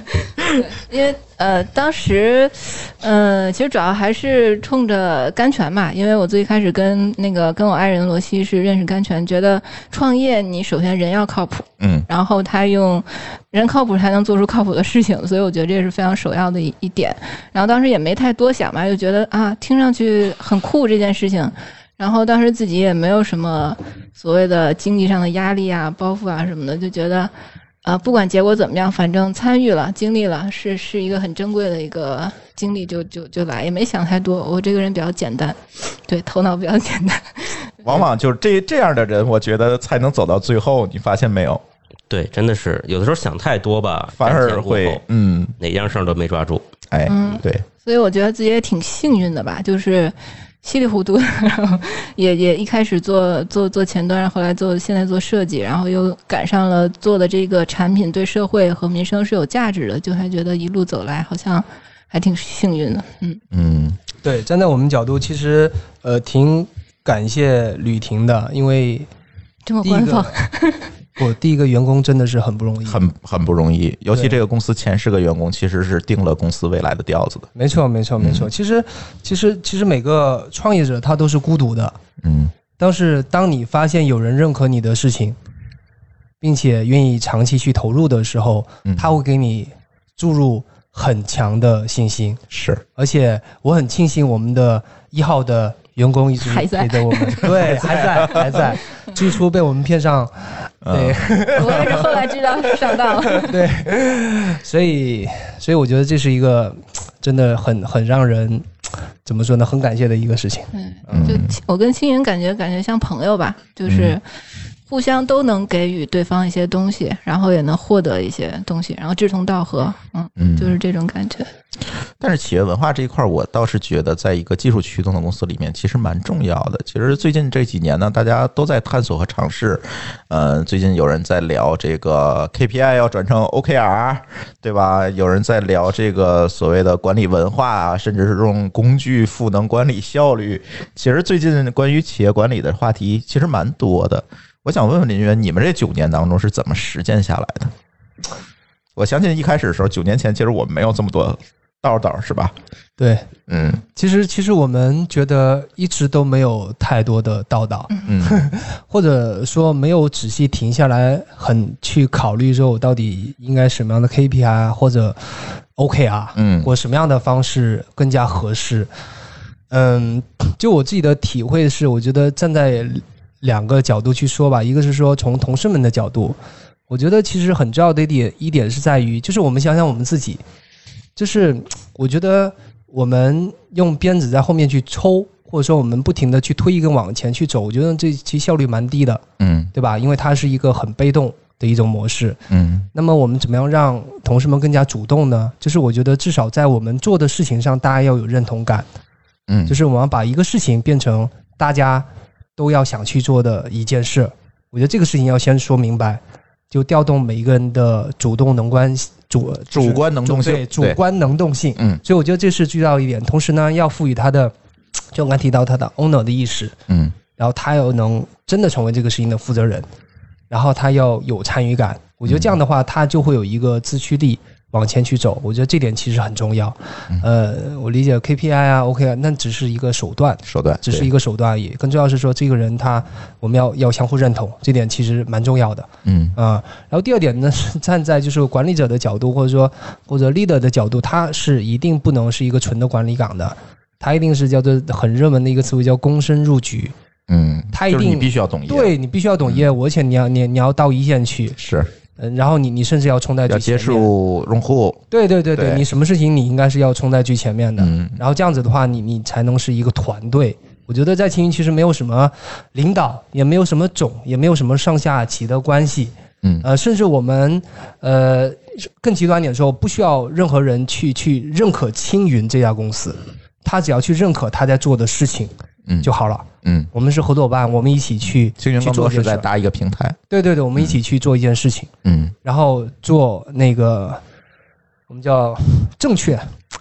对，因为呃，当时，呃，其实主要还是冲着甘泉嘛，因为我最开始跟那个跟我爱人罗西是认识甘泉，觉得创业你首先人要靠谱， 嗯， 然后他用人靠谱才能做出靠谱的事情，所以我觉得这是非常首要的一一点。然后当时也没太多想嘛，就觉得啊，听上去很酷这件事情。然后当时自己也没有什么所谓的经济上的压力啊、包袱啊什么的，就觉得。呃，不管结果怎么样，反正参与了、经历了，是是一个很珍贵的一个经历就，就就就来，也没想太多。我这个人比较简单，对，头脑比较简单。 往往就是这这样的人，我觉得才能走到最后。你发现没有？ 对，真的是有的时候想太多吧， 反而会嗯， 哪样事儿都没抓住。 哎， 嗯， 对。 所以我觉得自己也挺幸运的吧，就是。稀里糊涂，然后也也一开始做做做前端，后来做现在做设计，然后又赶上了做的这个产品对社会和民生是有价值的，就还觉得一路走来好像还挺幸运的。嗯嗯，对，站在我们角度，其实呃挺感谢吕婷的，因为这么官方。 我第一个员工真的是很不容易， 很很不容易，尤其这个公司前十个员工其实是定了公司未来的调子的。 没错，没错，没错。嗯、其实，其实，其实每个创业者他都是孤独的，嗯。但是当你发现有人认可你的事情，并且愿意长期去投入的时候，嗯、他会给你注入很强的信心。 是， 而且我很庆幸我们的一号的员工一直陪着我们，对，还在，还在。最初被我们骗上。对， 我也是后来知道上当了。 对，所以，所以我觉得这是一个真的很很让人怎么说呢，很感谢的一个事情。 嗯，就我跟青云感觉感觉像朋友吧，就是互相都能给予对方一些东西，然后也能获得一些东西，然后志同道合。嗯，嗯就是这种感觉。 但是企业文化这一块，我倒是觉得，在一个技术驱动的公司里面，其实蛮重要的。其实最近这几年呢，大家都在探索和尝试。呃，最近有人在聊这个 K P I 要转成 O K R， 对吧？有人在聊这个所谓的管理文化啊，甚至是用工具赋能管理效率。其实最近关于企业管理的话题其实蛮多的。我想问问林渊，你们这九年当中是怎么实践下来的？我相信一开始的时候，九年前其实我们没有这么多道道，是吧？ 对，嗯，其实其实我们觉得一直都没有太多的道道，嗯，或者说没有仔细停下来，很去考虑说我到底应该什么样的 K P I 或者 O K R， 嗯，或什么样的方式更加合适。嗯，就我自己的体会是，我觉得站在两个角度去说吧，一个是说从同事们的角度，我觉得其实很重要的一点一点是在于，就是我们想想我们自己，就是我觉得我们用鞭子在后面去抽，或者说我们不停的去推一个往前去走，我觉得这其实效率蛮低的，嗯，对吧？因为它是一个很被动的一种模式，嗯。那么我们怎么样让同事们更加主动呢？就是我觉得至少在我们做的事情上，大家要有认同感，嗯，就是我们要把一个事情变成大家都要想去做的一件事，我觉得这个事情要先说明白，就调动每一个人的主动能观主主观能动性， 对，主观能动性，嗯，所以我觉得这是最重要一点。同时呢，要赋予他的，就刚才提到他的 owner 的意识，嗯，然后他要能真的成为这个事情的负责人，然后他要有参与感。我觉得这样的话，他就会有一个自驱力往前去走，我觉得这点其实很重要。呃，我理解 K P I 啊 ，OK 啊，那只是一个手段， 手段只是一个手段而已。更重要是说，这个人他我们要要相互认同，这点其实蛮重要的。嗯啊、呃，然后第二点呢，是站在就是管理者的角度，或者说或者 leader 的角度，他是一定不能是一个纯的管理岗的，他一定是叫做很热门的一个词汇叫躬身入局。 嗯， 他一定、 就是、你必须要懂业， 对你必须要懂业务，而且你要你你要到一线去是。 嗯，然后你你甚至要冲在最前面， 要接触用户， 对对对 对, 对，你什么事情你应该是要冲在最前面的，嗯，然后这样子的话，你你才能是一个团队。我觉得在青云其实没有什么领导，也没有什么总，也没有什么上下级的关系，嗯，呃，甚至我们呃更极端点说，不需要任何人去去认可青云这家公司，他只要去认可他在做的事情。嗯，就好了。嗯，我们是合作伙伴，我们一起去青云更多是在搭一个平台。 对对对，我们一起去做一件事情。嗯，然后做那个我们叫正确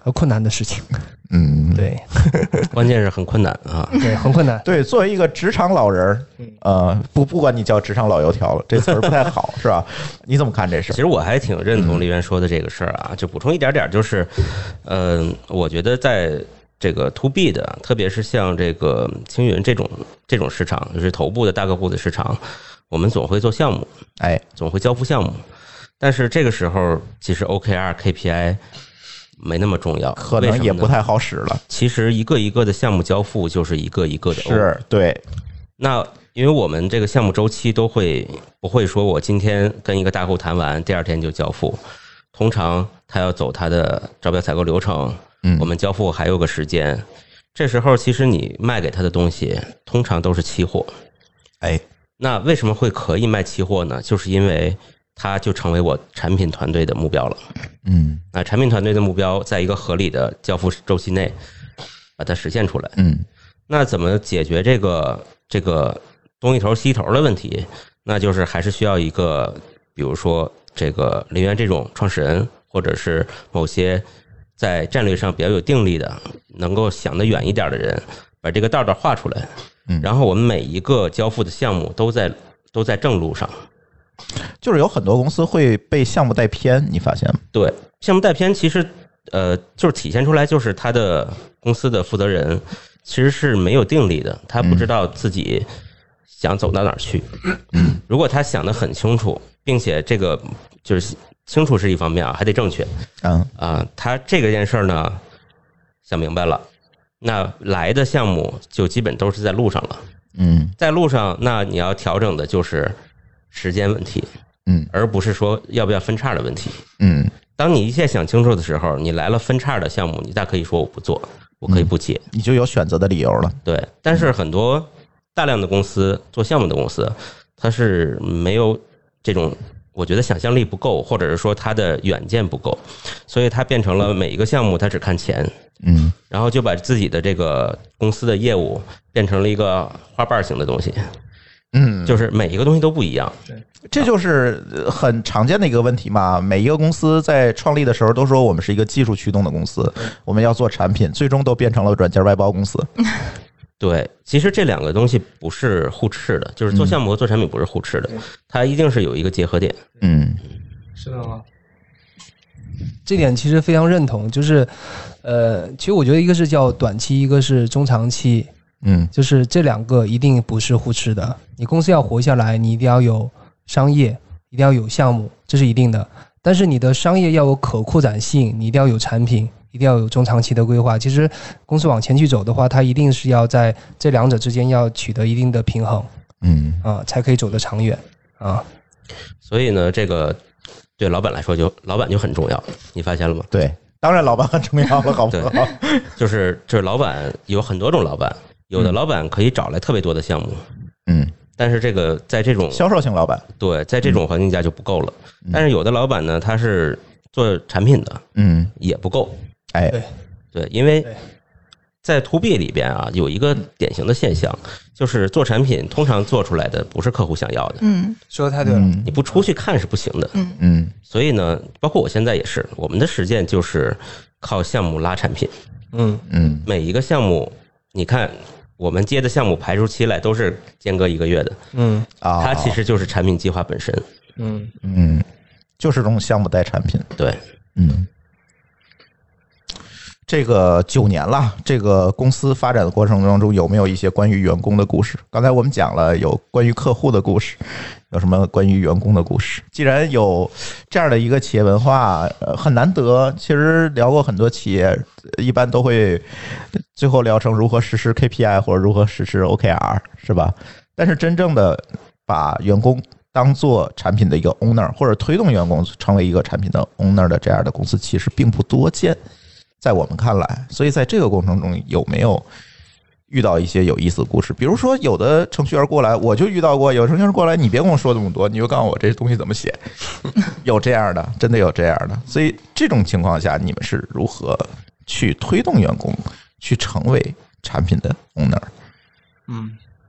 和困难的事情。 嗯， 对， 关键是很困难啊， 对，很困难。 对，作为一个职场老人，呃，不不管你叫职场老油条了，这词儿不太好，是吧？你怎么看这事？ 其实我还挺认同丽媛说的这个事儿啊，就补充一点点，就是，嗯、呃，我觉得在这个 to B 的，特别是像这个青云这种这种市场，就是头部的大客户的市场，我们总会做项目， 哎， 总会交付项目，但是这个时候其实 O K R、K P I。没那么重要， 可能也不太好使了。 其实一个一个的项目交付就是一个一个的 O， 是对。 那因为我们这个项目周期都会不会说我今天跟一个大客户谈完，第二天就交付，通常他要走他的招标采购流程，嗯，我们交付还有个时间。这时候其实你卖给他的东西通常都是期货， 哎， 那为什么会可以卖期货呢？就是因为它就成为我产品团队的目标了。 嗯， 那产品团队的目标在一个合理的交付周期内把它实现出来。 嗯， 那怎么解决这个这个东一头西一头的问题？那就是还是需要一个，比如说这个林源这种创始人，或者是某些在战略上比较有定力的，能够想得远一点的人，把这个道道画出来。嗯，然后我们每一个交付的项目都在都在正路上。 就是有很多公司会被项目带偏，你发现吗？ 对，项目带偏其实呃，就是体现出来就是他的公司的负责人其实是没有定力的，他不知道自己想走到哪儿去。如果他想得很清楚，并且这个就是清楚是一方面啊，还得正确。 嗯啊，他这个件事呢想明白了，那来的项目就基本都是在路上了。 嗯， 在路上，那你要调整的就是时间问题， 嗯， 而不是说要不要分叉的问题， 嗯。 当你一切想清楚的时候，你来了分叉的项目，你大可以说我不做，我可以不接， 你就有选择的理由了。 对，但是很多大量的公司做项目的公司，它是没有这种，我觉得想象力不够，或者是说它的远见不够，所以它变成了每一个项目它只看钱， 嗯， 然后就把自己的这个公司的业务变成了一个花瓣型的东西。 嗯， 就是每一个东西都不一样， 对， 这就是很常见的一个问题嘛。每一个公司在创立的时候都说我们是一个技术驱动的公司，我们要做产品，最终都变成了软件外包公司。 对，其实这两个东西不是互斥的，就是做项目和做产品不是互斥的，它一定是有一个结合点。 嗯， 是的吗？这点其实非常认同，就是呃，其实我觉得一个是叫短期，一个是中长期。 嗯， 就是这两个一定不是互斥的。你公司要活下来，你一定要有商业，一定要有项目，这是一定的。但是你的商业要有可扩展性，你一定要有产品，一定要有中长期的规划。其实公司往前去走的话，它一定是要在这两者之间要取得一定的平衡， 嗯啊，才可以走得长远啊。 所以呢，这个对老板来说就老板就很重要，你发现了吗？ 对，当然老板很重要了，好不好？ 就是就是老板有很多种老板。有的老板可以找来特别多的项目， 嗯， 但是这个在这种销售型老板， 对，在这种环境下就不够了。 嗯、 但是有的老板呢，他是做产品的， 嗯， 也不够。 哎， 对， 对，因为在 to B 里边啊，有一个典型的现象，就是做产品通常做出来的不是客户想要的。 嗯， 说的太对了， 你不出去看是不行的。 嗯嗯， 所以呢，包括我现在也是，我们的实践就是靠项目拉产品。 嗯嗯， 每一个项目，你看。我们接的项目排出期来都是间隔一个月的， 嗯啊， 它其实就是产品计划本身， 嗯嗯，就是这种项目带产品， 对， 嗯，这个九年了，这个公司发展的过程当中有没有一些关于员工的故事？刚才我们讲了有关于客户的故事，有什么关于员工的故事？既然有这样的一个企业文化，呃，很难得。其实聊过很多企业，一般都会最后聊成如何实施 K P I 或者如何实施 O K R， 是吧？但是真正的把员工当做产品的一个 owner， 或者推动员工成为一个产品的 owner 的这样的公司，其实并不多见，在我们看来。所以在这个过程中，有没有遇到一些有意思的故事？比如说，有的程序员过来，我就遇到过，有程序员过来，你别跟我说那么多，你就告诉我这东西怎么写。有这样的，真的有这样的。所以这种情况下，你们是如何去推动员工去成为产品的 owner？ 嗯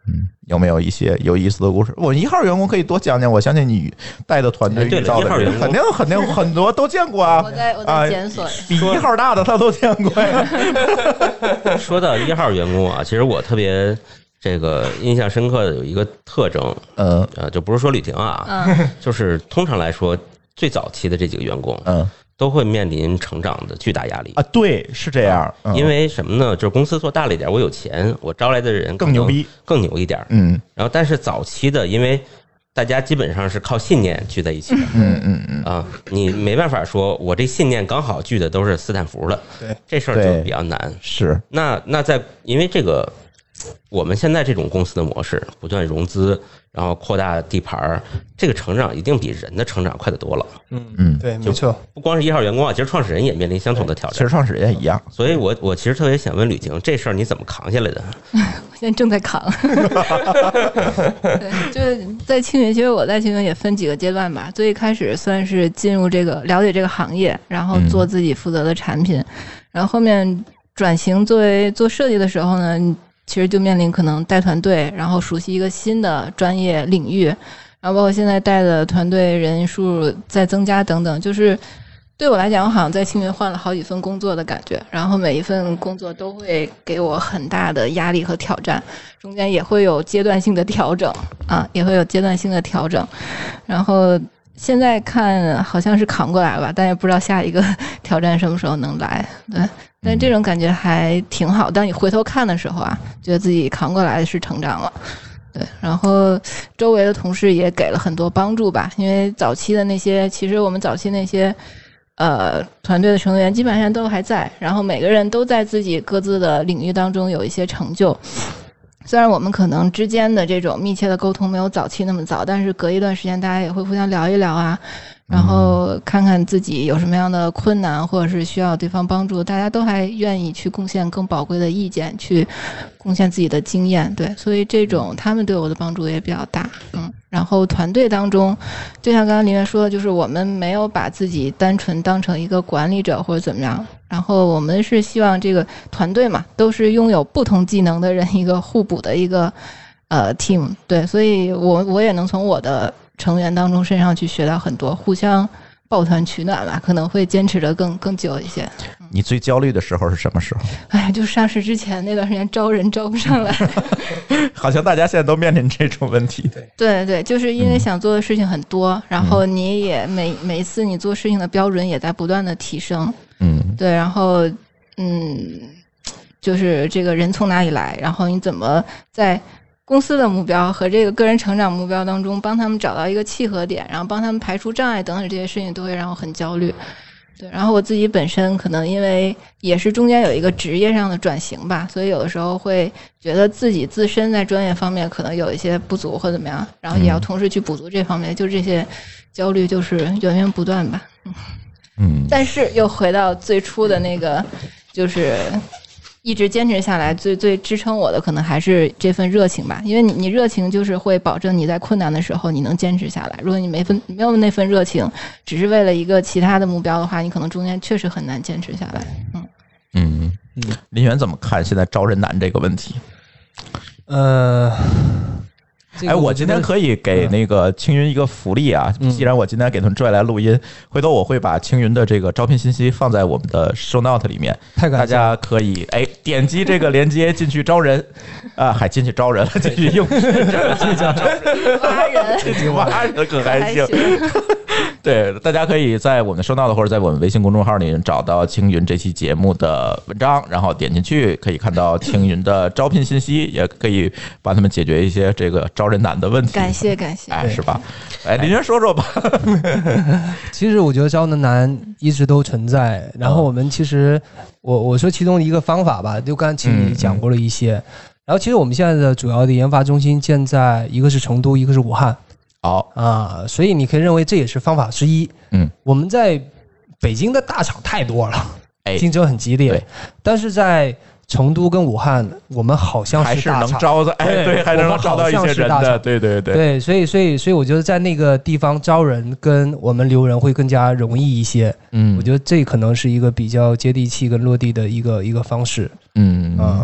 嗯，有没有一些有意思的故事？我一号员工可以多讲讲，我相信你带的团队遇到的人肯定肯定很多都见过啊。 我在我在检索、啊， 比一号大的他都见过呀。 说到一号员工啊，其实我特别这个印象深刻的有一个特征， 嗯呃，就不是说吕婷啊， 嗯， 就是通常来说最早期的这几个员工， 嗯。 都会面临成长的巨大压力啊，对，是这样。 嗯、因为什么呢？就是公司做大了一点，我有钱，我招来的人更牛逼， 更牛一点。 嗯， 然后但是早期的，因为大家基本上是靠信念聚在一起的。 嗯嗯嗯。 啊，你没办法说，我这信念刚好聚的都是斯坦福的， 对， 这事儿就比较难。 是。 那那在因为这个，我们现在这种公司的模式，不断融资。然后扩大地盘，这个成长一定比人的成长快得多了。 嗯嗯，对，没错。 不光是一号员工啊，其实创始人也面临相同的挑战。 其实创始人也一样。 所以我我其实特别想问吕婷，这事儿你怎么扛下来的？ 我现在正在扛。对，就是在青云，其实我在青云也分几个阶段吧。最一开始算是进入这个了解这个行业，然后做自己负责的产品，嗯、然后后面转型作为做设计的时候呢。其实就面临可能带团队，然后熟悉一个新的专业领域，然后包括现在带的团队人数在增加等等，就是对我来讲，我好像在青云换了好几份工作的感觉，然后每一份工作都会给我很大的压力和挑战，中间也会有阶段性的调整啊，也会有阶段性的调整，然后现在看好像是扛过来了吧，但也不知道下一个挑战什么时候能来，对。但这种感觉还挺好，当你回头看的时候啊，觉得自己扛过来是成长了，对。然后周围的同事也给了很多帮助吧，因为早期的那些，其实我们早期那些呃团队的成员基本上都还在，然后每个人都在自己各自的领域当中有一些成就。虽然我们可能之间的这种密切的沟通没有早期那么早，但是隔一段时间大家也会互相聊一聊啊。然后看看自己有什么样的困难，或者是需要对方帮助，大家都还愿意去贡献更宝贵的意见，去贡献自己的经验，对，所以这种他们对我的帮助也比较大，嗯。然后团队当中，就像刚刚林源说的，就是我们没有把自己单纯当成一个管理者或者怎么样，然后我们是希望这个团队嘛，都是拥有不同技能的人，一个互补的一个呃 team， 对，所以我我也能从我的成员当中身上去学到很多，互相抱团取暖吧，可能会坚持的更更久一些。 你最焦虑的时候是什么时候？ 哎，就上市之前那段时间招人招不上来。 好像大家现在都面临这种问题。 对对，就是因为想做的事情很多，嗯、然后你也每每一次你做事情的标准也在不断的提升。嗯，对，然后嗯，就是这个人从哪里来，然后你怎么在公司的目标和这个个人成长目标当中帮他们找到一个契合点，然后帮他们排除障碍等等，这些事情都会让我很焦虑。对，然后我自己本身可能因为也是中间有一个职业上的转型吧，所以有的时候会觉得自己自身在专业方面可能有一些不足或怎么样，然后也要同时去补足这方面，就这些焦虑就是源源不断吧。嗯，但是又回到最初的那个，就是一直坚持下来，最最支撑我的可能还是这份热情吧，因为你你热情就是会保证你在困难的时候你能坚持下来，如果你没份没有那份热情，只是为了一个其他的目标的话，你可能中间确实很难坚持下来。嗯嗯嗯，林源怎么看现在招人难这个问题？ 呃。 哎，我今天可以给那个青云一个福利啊！嗯、既然我今天给他们拽来录音，回头我会把青云的这个招聘信息放在我们的 show note 里面，大家可以哎点击这个链接进去招人啊，还进去招人了，进去应聘，进去招人， 挖人， 进去挖人可还行。对，大家可以在我们的 show note 或者在我们微信公众号里找到青云这期节目的文章，然后点进去可以看到青云的招聘信息，也可以帮他们解决一些这个招人难的问题。 感谢感谢， 哎，是吧？哎，林源说说吧。 其实我觉得招人难一直都存在，然后我们其实我我说其中一个方法吧，就刚才青云讲过了一些，嗯嗯、然后其实我们现在的主要的研发中心建在一个是成都，一个是武汉。 好啊，所以你可以认为这也是方法之一。嗯，我们在北京的大厂太多了，哎，竞争很激烈。但是在成都跟武汉，我们好像是大厂， 还是能招的，哎，对，还能招到一些人的，对对对， 对，所以所以所以我觉得在那个地方招人跟我们留人会更加容易一些。嗯，我觉得这可能是一个比较接地气跟落地的一个一个方式。嗯啊。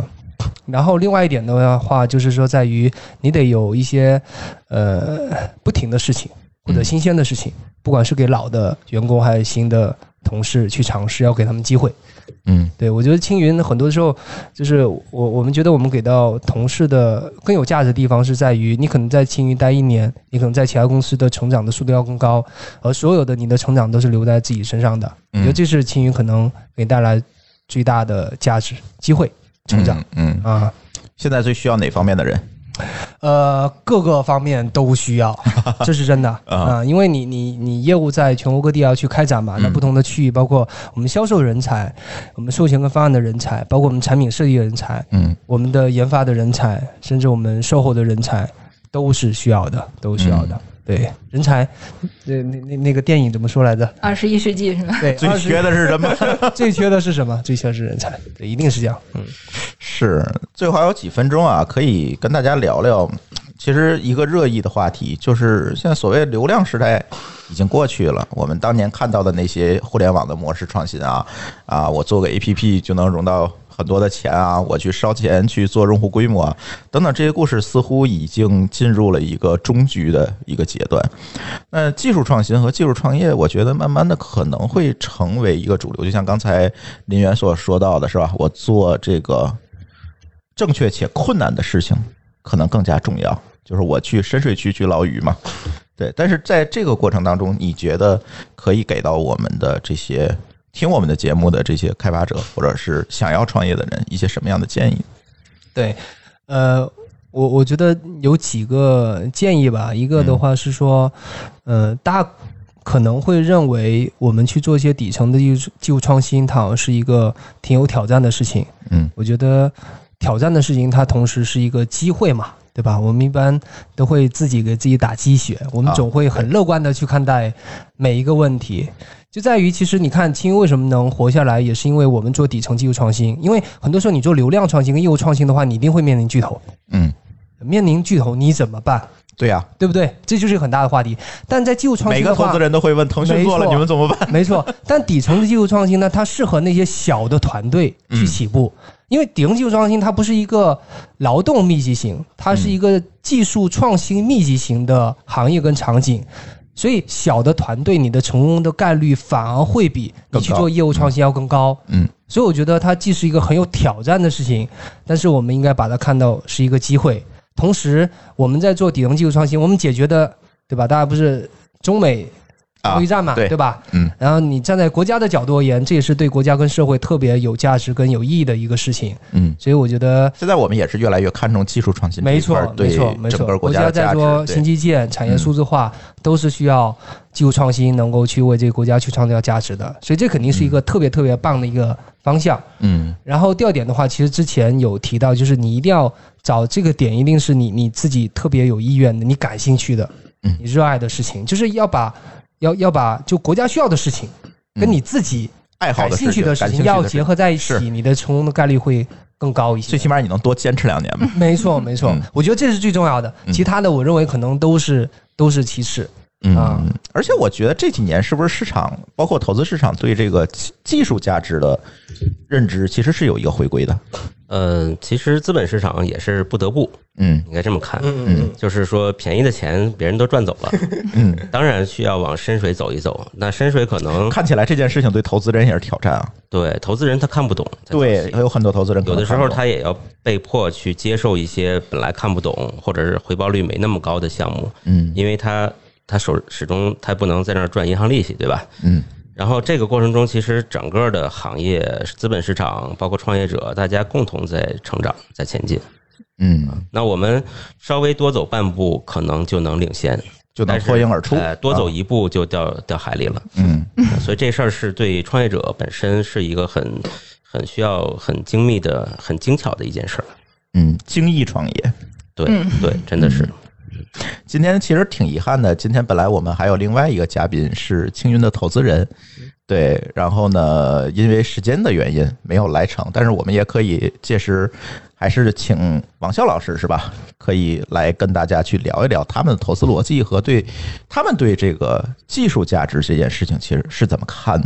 然后另外一点的话，就是说在于你得有一些呃不停的事情或者新鲜的事情，不管是给老的员工还是新的同事去尝试，要给他们机会。 嗯， 对，我觉得青云很多时候就是我我们觉得我们给到同事的更有价值的地方是在于，你可能在青云待一年，你可能在其他公司的成长的速度要更高，而所有的你的成长都是留在自己身上的。我觉得这是青云可能给你带来最大的价值、机会、成长。 嗯, 嗯啊，现在最需要哪方面的人？ 呃，各个方面都需要，这是真的啊、呃，因为你你你业务在全国各地要去开展嘛，那不同的区域，包括我们销售人才，我们授权跟方案的人才，包括我们产品设计的人才，嗯，我们的研发的人才，甚至我们售后的人才，都是需要的，都需要的。嗯对，人才，那那那那个电影怎么说来着？ 二十一世纪是吧？ 对， 最缺的是什么？ 最缺的是什么？最缺的是人才，对，一定是这样。嗯， 是。最后还有几分钟啊，可以跟大家聊聊。其实一个热议的话题就是，现在所谓流量时代已经过去了。我们当年看到的那些互联网的模式创新啊，啊，我做个 A P P 就能融到很多的钱啊，我去烧钱去做用户规模啊，等等，这些故事似乎已经进入了一个终局的一个阶段。那技术创新和技术创业，我觉得慢慢的可能会成为一个主流。就像刚才林源所说到的，是吧？我做这个正确且困难的事情，可能更加重要。就是我去深水区去捞鱼嘛，对。但是在这个过程当中，你觉得可以给到我们的这些听我们的节目的这些开发者，或者是想要创业的人，一些什么样的建议？ 对，呃，我我觉得有几个建议吧。一个的话是说，嗯、呃，大家可能会认为我们去做一些底层的技术技术创新，它好像是一个挺有挑战的事情。嗯，我觉得挑战的事情，它同时是一个机会嘛。对吧？我们一般都会自己给自己打鸡血，我们总会很乐观的去看待每一个问题，就在于其实你看青云为什么能活下来，也是因为我们做底层技术创新。因为很多时候你做流量创新跟业务创新的话，你一定会面临巨头。嗯，面临巨头你怎么办？ 对呀、啊， 对不对？这就是一个很大的话题。但在技术创新的话， 每个投资人都会问腾讯做了你们怎么办？ 没错，但底层的技术创新呢，它适合那些小的团队去起步。嗯，因为底层技术创新它不是一个劳动密集型，它是一个技术创新密集型的行业跟场景，所以小的团队你的成功的概率反而会比你去做业务创新要更高。嗯，所以我觉得它既是一个很有挑战的事情，但是我们应该把它看到是一个机会。同时我们在做底层技术创新，我们解决的，对吧？大家不是中美贸易战嘛、啊对， 对吧？嗯，然后你站在国家的角度而言，这也是对国家跟社会特别有价值跟有意义的一个事情。嗯，所以我觉得现在我们也是越来越看重技术创新， 没错，没错，没错。国家在说新基建、产业数字化，都是需要技术创新能够去为这个国家去创造价值的，所以这肯定是一个特别特别棒的一个方向。嗯，然后第二点的话，其实之前有提到，就是你一定要找这个点，一定是你你自己特别有意愿的、你感兴趣的、你热爱的事情，就是要把。要要把就国家需要的事情，跟你自己爱好的兴趣的事情要结合在一起，你的成功的概率会更高一些。 最起码你能多坚持两年嘛。 没错，没错、嗯，我觉得这是最重要的。其他的，我认为可能都是都是其次。 嗯、啊，而且我觉得这几年是不是市场，包括投资市场对这个技术价值的认知，其实是有一个回归的。 呃，其实资本市场也是不得不，嗯，应该这么看，嗯，就是说便宜的钱别人都赚走了，嗯，当然需要往深水走一走。那深水可能看起来这件事情对投资人也是挑战啊。 对，投资人他看不懂， 对，有很多投资人有的时候他也要被迫去接受一些本来看不懂或者是回报率没那么高的项目，嗯，因为他他手始终他不能在那儿赚银行利息，对吧？嗯。然后这个过程中，其实整个的行业、资本市场，包括创业者，大家共同在成长，在前进。嗯，那我们稍微多走半步，可能就能领先， 就能脱颖而出。 呃，多走一步就掉掉海里了。嗯，所以这事儿是对创业者本身是一个很很需要很精密的、很精巧的一件事儿。 嗯，精益创业。 对对，真的是。嗯， 今天其实挺遗憾的，今天本来我们还有另外一个嘉宾是青云的投资人，对，然后呢，因为时间的原因没有来成，但是我们也可以届时还是请王笑老师是吧？可以来跟大家去聊一聊他们的投资逻辑和对他们对这个技术价值这件事情其实是怎么看的。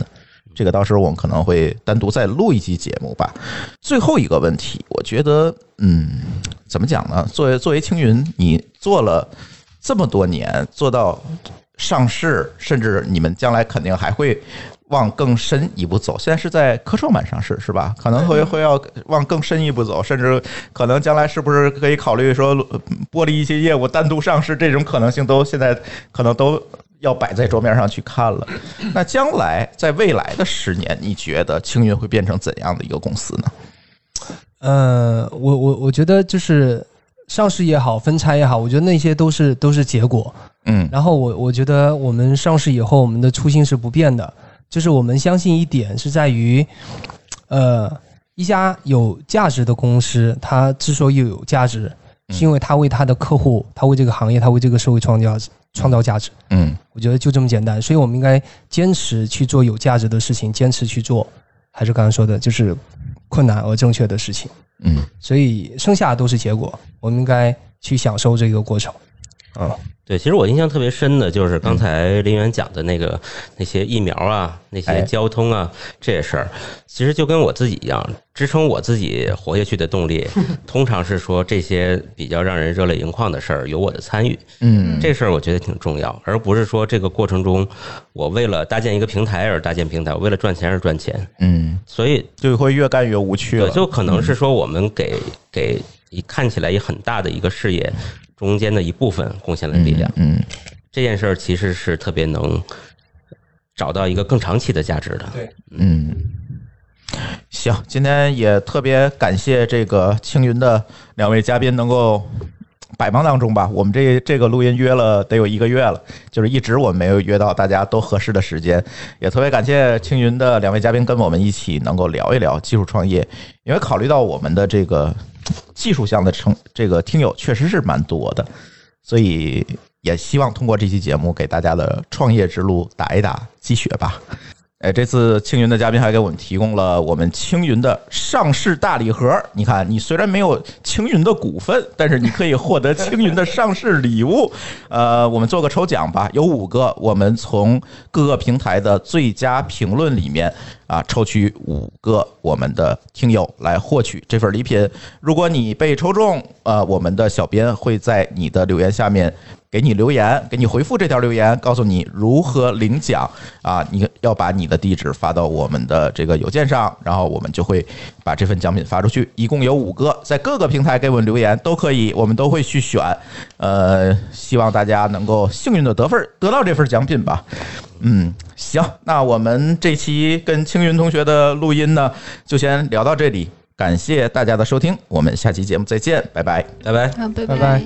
这个到时候我们可能会单独再录一期节目吧。最后一个问题，我觉得，嗯，怎么讲呢？作为作为青云，你做了这么多年，做到上市，甚至你们将来肯定还会往更深一步走。现在是在科创板上市是吧？可能会会要往更深一步走，甚至可能将来是不是可以考虑说剥离一些业务单独上市，这种可能性都现在可能都要摆在桌面上去看了。那将来在未来的十年，你觉得青云会变成怎样的一个公司呢？ 呃，我我我觉得就是上市也好，分拆也好，我觉得那些都是都是结果。 嗯， 然后我我觉得我们上市以后，我们的初心是不变的，就是我们相信一点是在于，呃，一家有价值的公司，它之所以有价值，是因为它为它的客户，它为这个行业，它为这个社会创造创造价值。 嗯， 我觉得就这么简单，所以我们应该坚持去做有价值的事情，坚持去做，还是刚才说的，就是困难而正确的事情。 嗯， 所以剩下的都是结果，我们应该去享受这个过程。嗯， 对，其实我印象特别深的就是刚才林源讲的那个那些疫苗啊，那些交通啊这些事儿，其实就跟我自己一样，支撑我自己活下去的动力，通常是说这些比较让人热泪盈眶的事儿有我的参与。 嗯， 这事儿我觉得挺重要，而不是说这个过程中我为了搭建一个平台而搭建平台，我为了赚钱而赚钱。 嗯， 所以就会越干越无趣了。 对，就可能是说我们给给一看起来也很大的一个事业中间的一部分贡献了力量。 嗯，嗯， 这件事儿其实是特别能找到一个更长期的价值的。 对， 嗯，行，今天也特别感谢这个青云的两位嘉宾能够百忙当中吧，我们这这个录音约了得有一个月了，就是一直我们没有约到大家都合适的时间，也特别感谢青云的两位嘉宾跟我们一起能够聊一聊技术创业，因为考虑到我们的这个技术项的成这个听友确实是蛮多的，所以也希望通过这期节目给大家的创业之路打一打鸡血吧。哎，这次青云的嘉宾还给我们提供了我们青云的上市大礼盒。你看，你虽然没有青云的股份，但是你可以获得青云的上市礼物。呃，我们做个抽奖吧，有五个，我们从各个平台的最佳评论里面啊抽取五个我们的听友来获取这份礼品。如果你被抽中，呃，我们的小编会在你的留言下面给你留言，给你回复这条留言，告诉你如何领奖啊！你要把你的地址发到我们的这个邮件上，然后我们就会把这份奖品发出去。一共有五个，在各个平台给我们留言都可以，我们都会去选。呃，希望大家能够幸运的得分，得到这份奖品吧。嗯，行，那我们这期跟青云同学的录音呢，就先聊到这里。感谢大家的收听，我们下期节目再见，拜拜， 拜拜， 好，拜拜拜。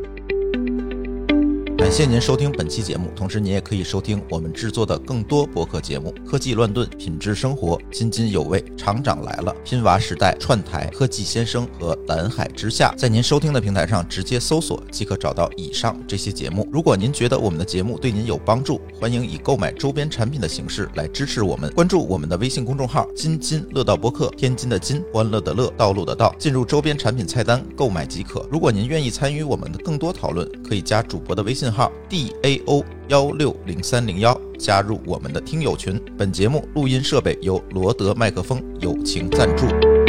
感谢您收听本期节目，同时您也可以收听我们制作的更多播客节目：科技乱炖、品质生活、津津有味、厂长来了、拼娃时代、串台、科技先生和蓝海之下。在您收听的平台上直接搜索即可找到以上这些节目。如果您觉得我们的节目对您有帮助，欢迎以购买周边产品的形式来支持我们。关注我们的微信公众号津津乐道播客，天津的津，欢乐的乐，道路的道，进入周边产品菜单购买即可。如果您愿意参与我们的更多讨论，可以加主播的微信号 D A O 一六零三零一，加入我们的听友群。本节目录音设备由罗德麦克风友情赞助。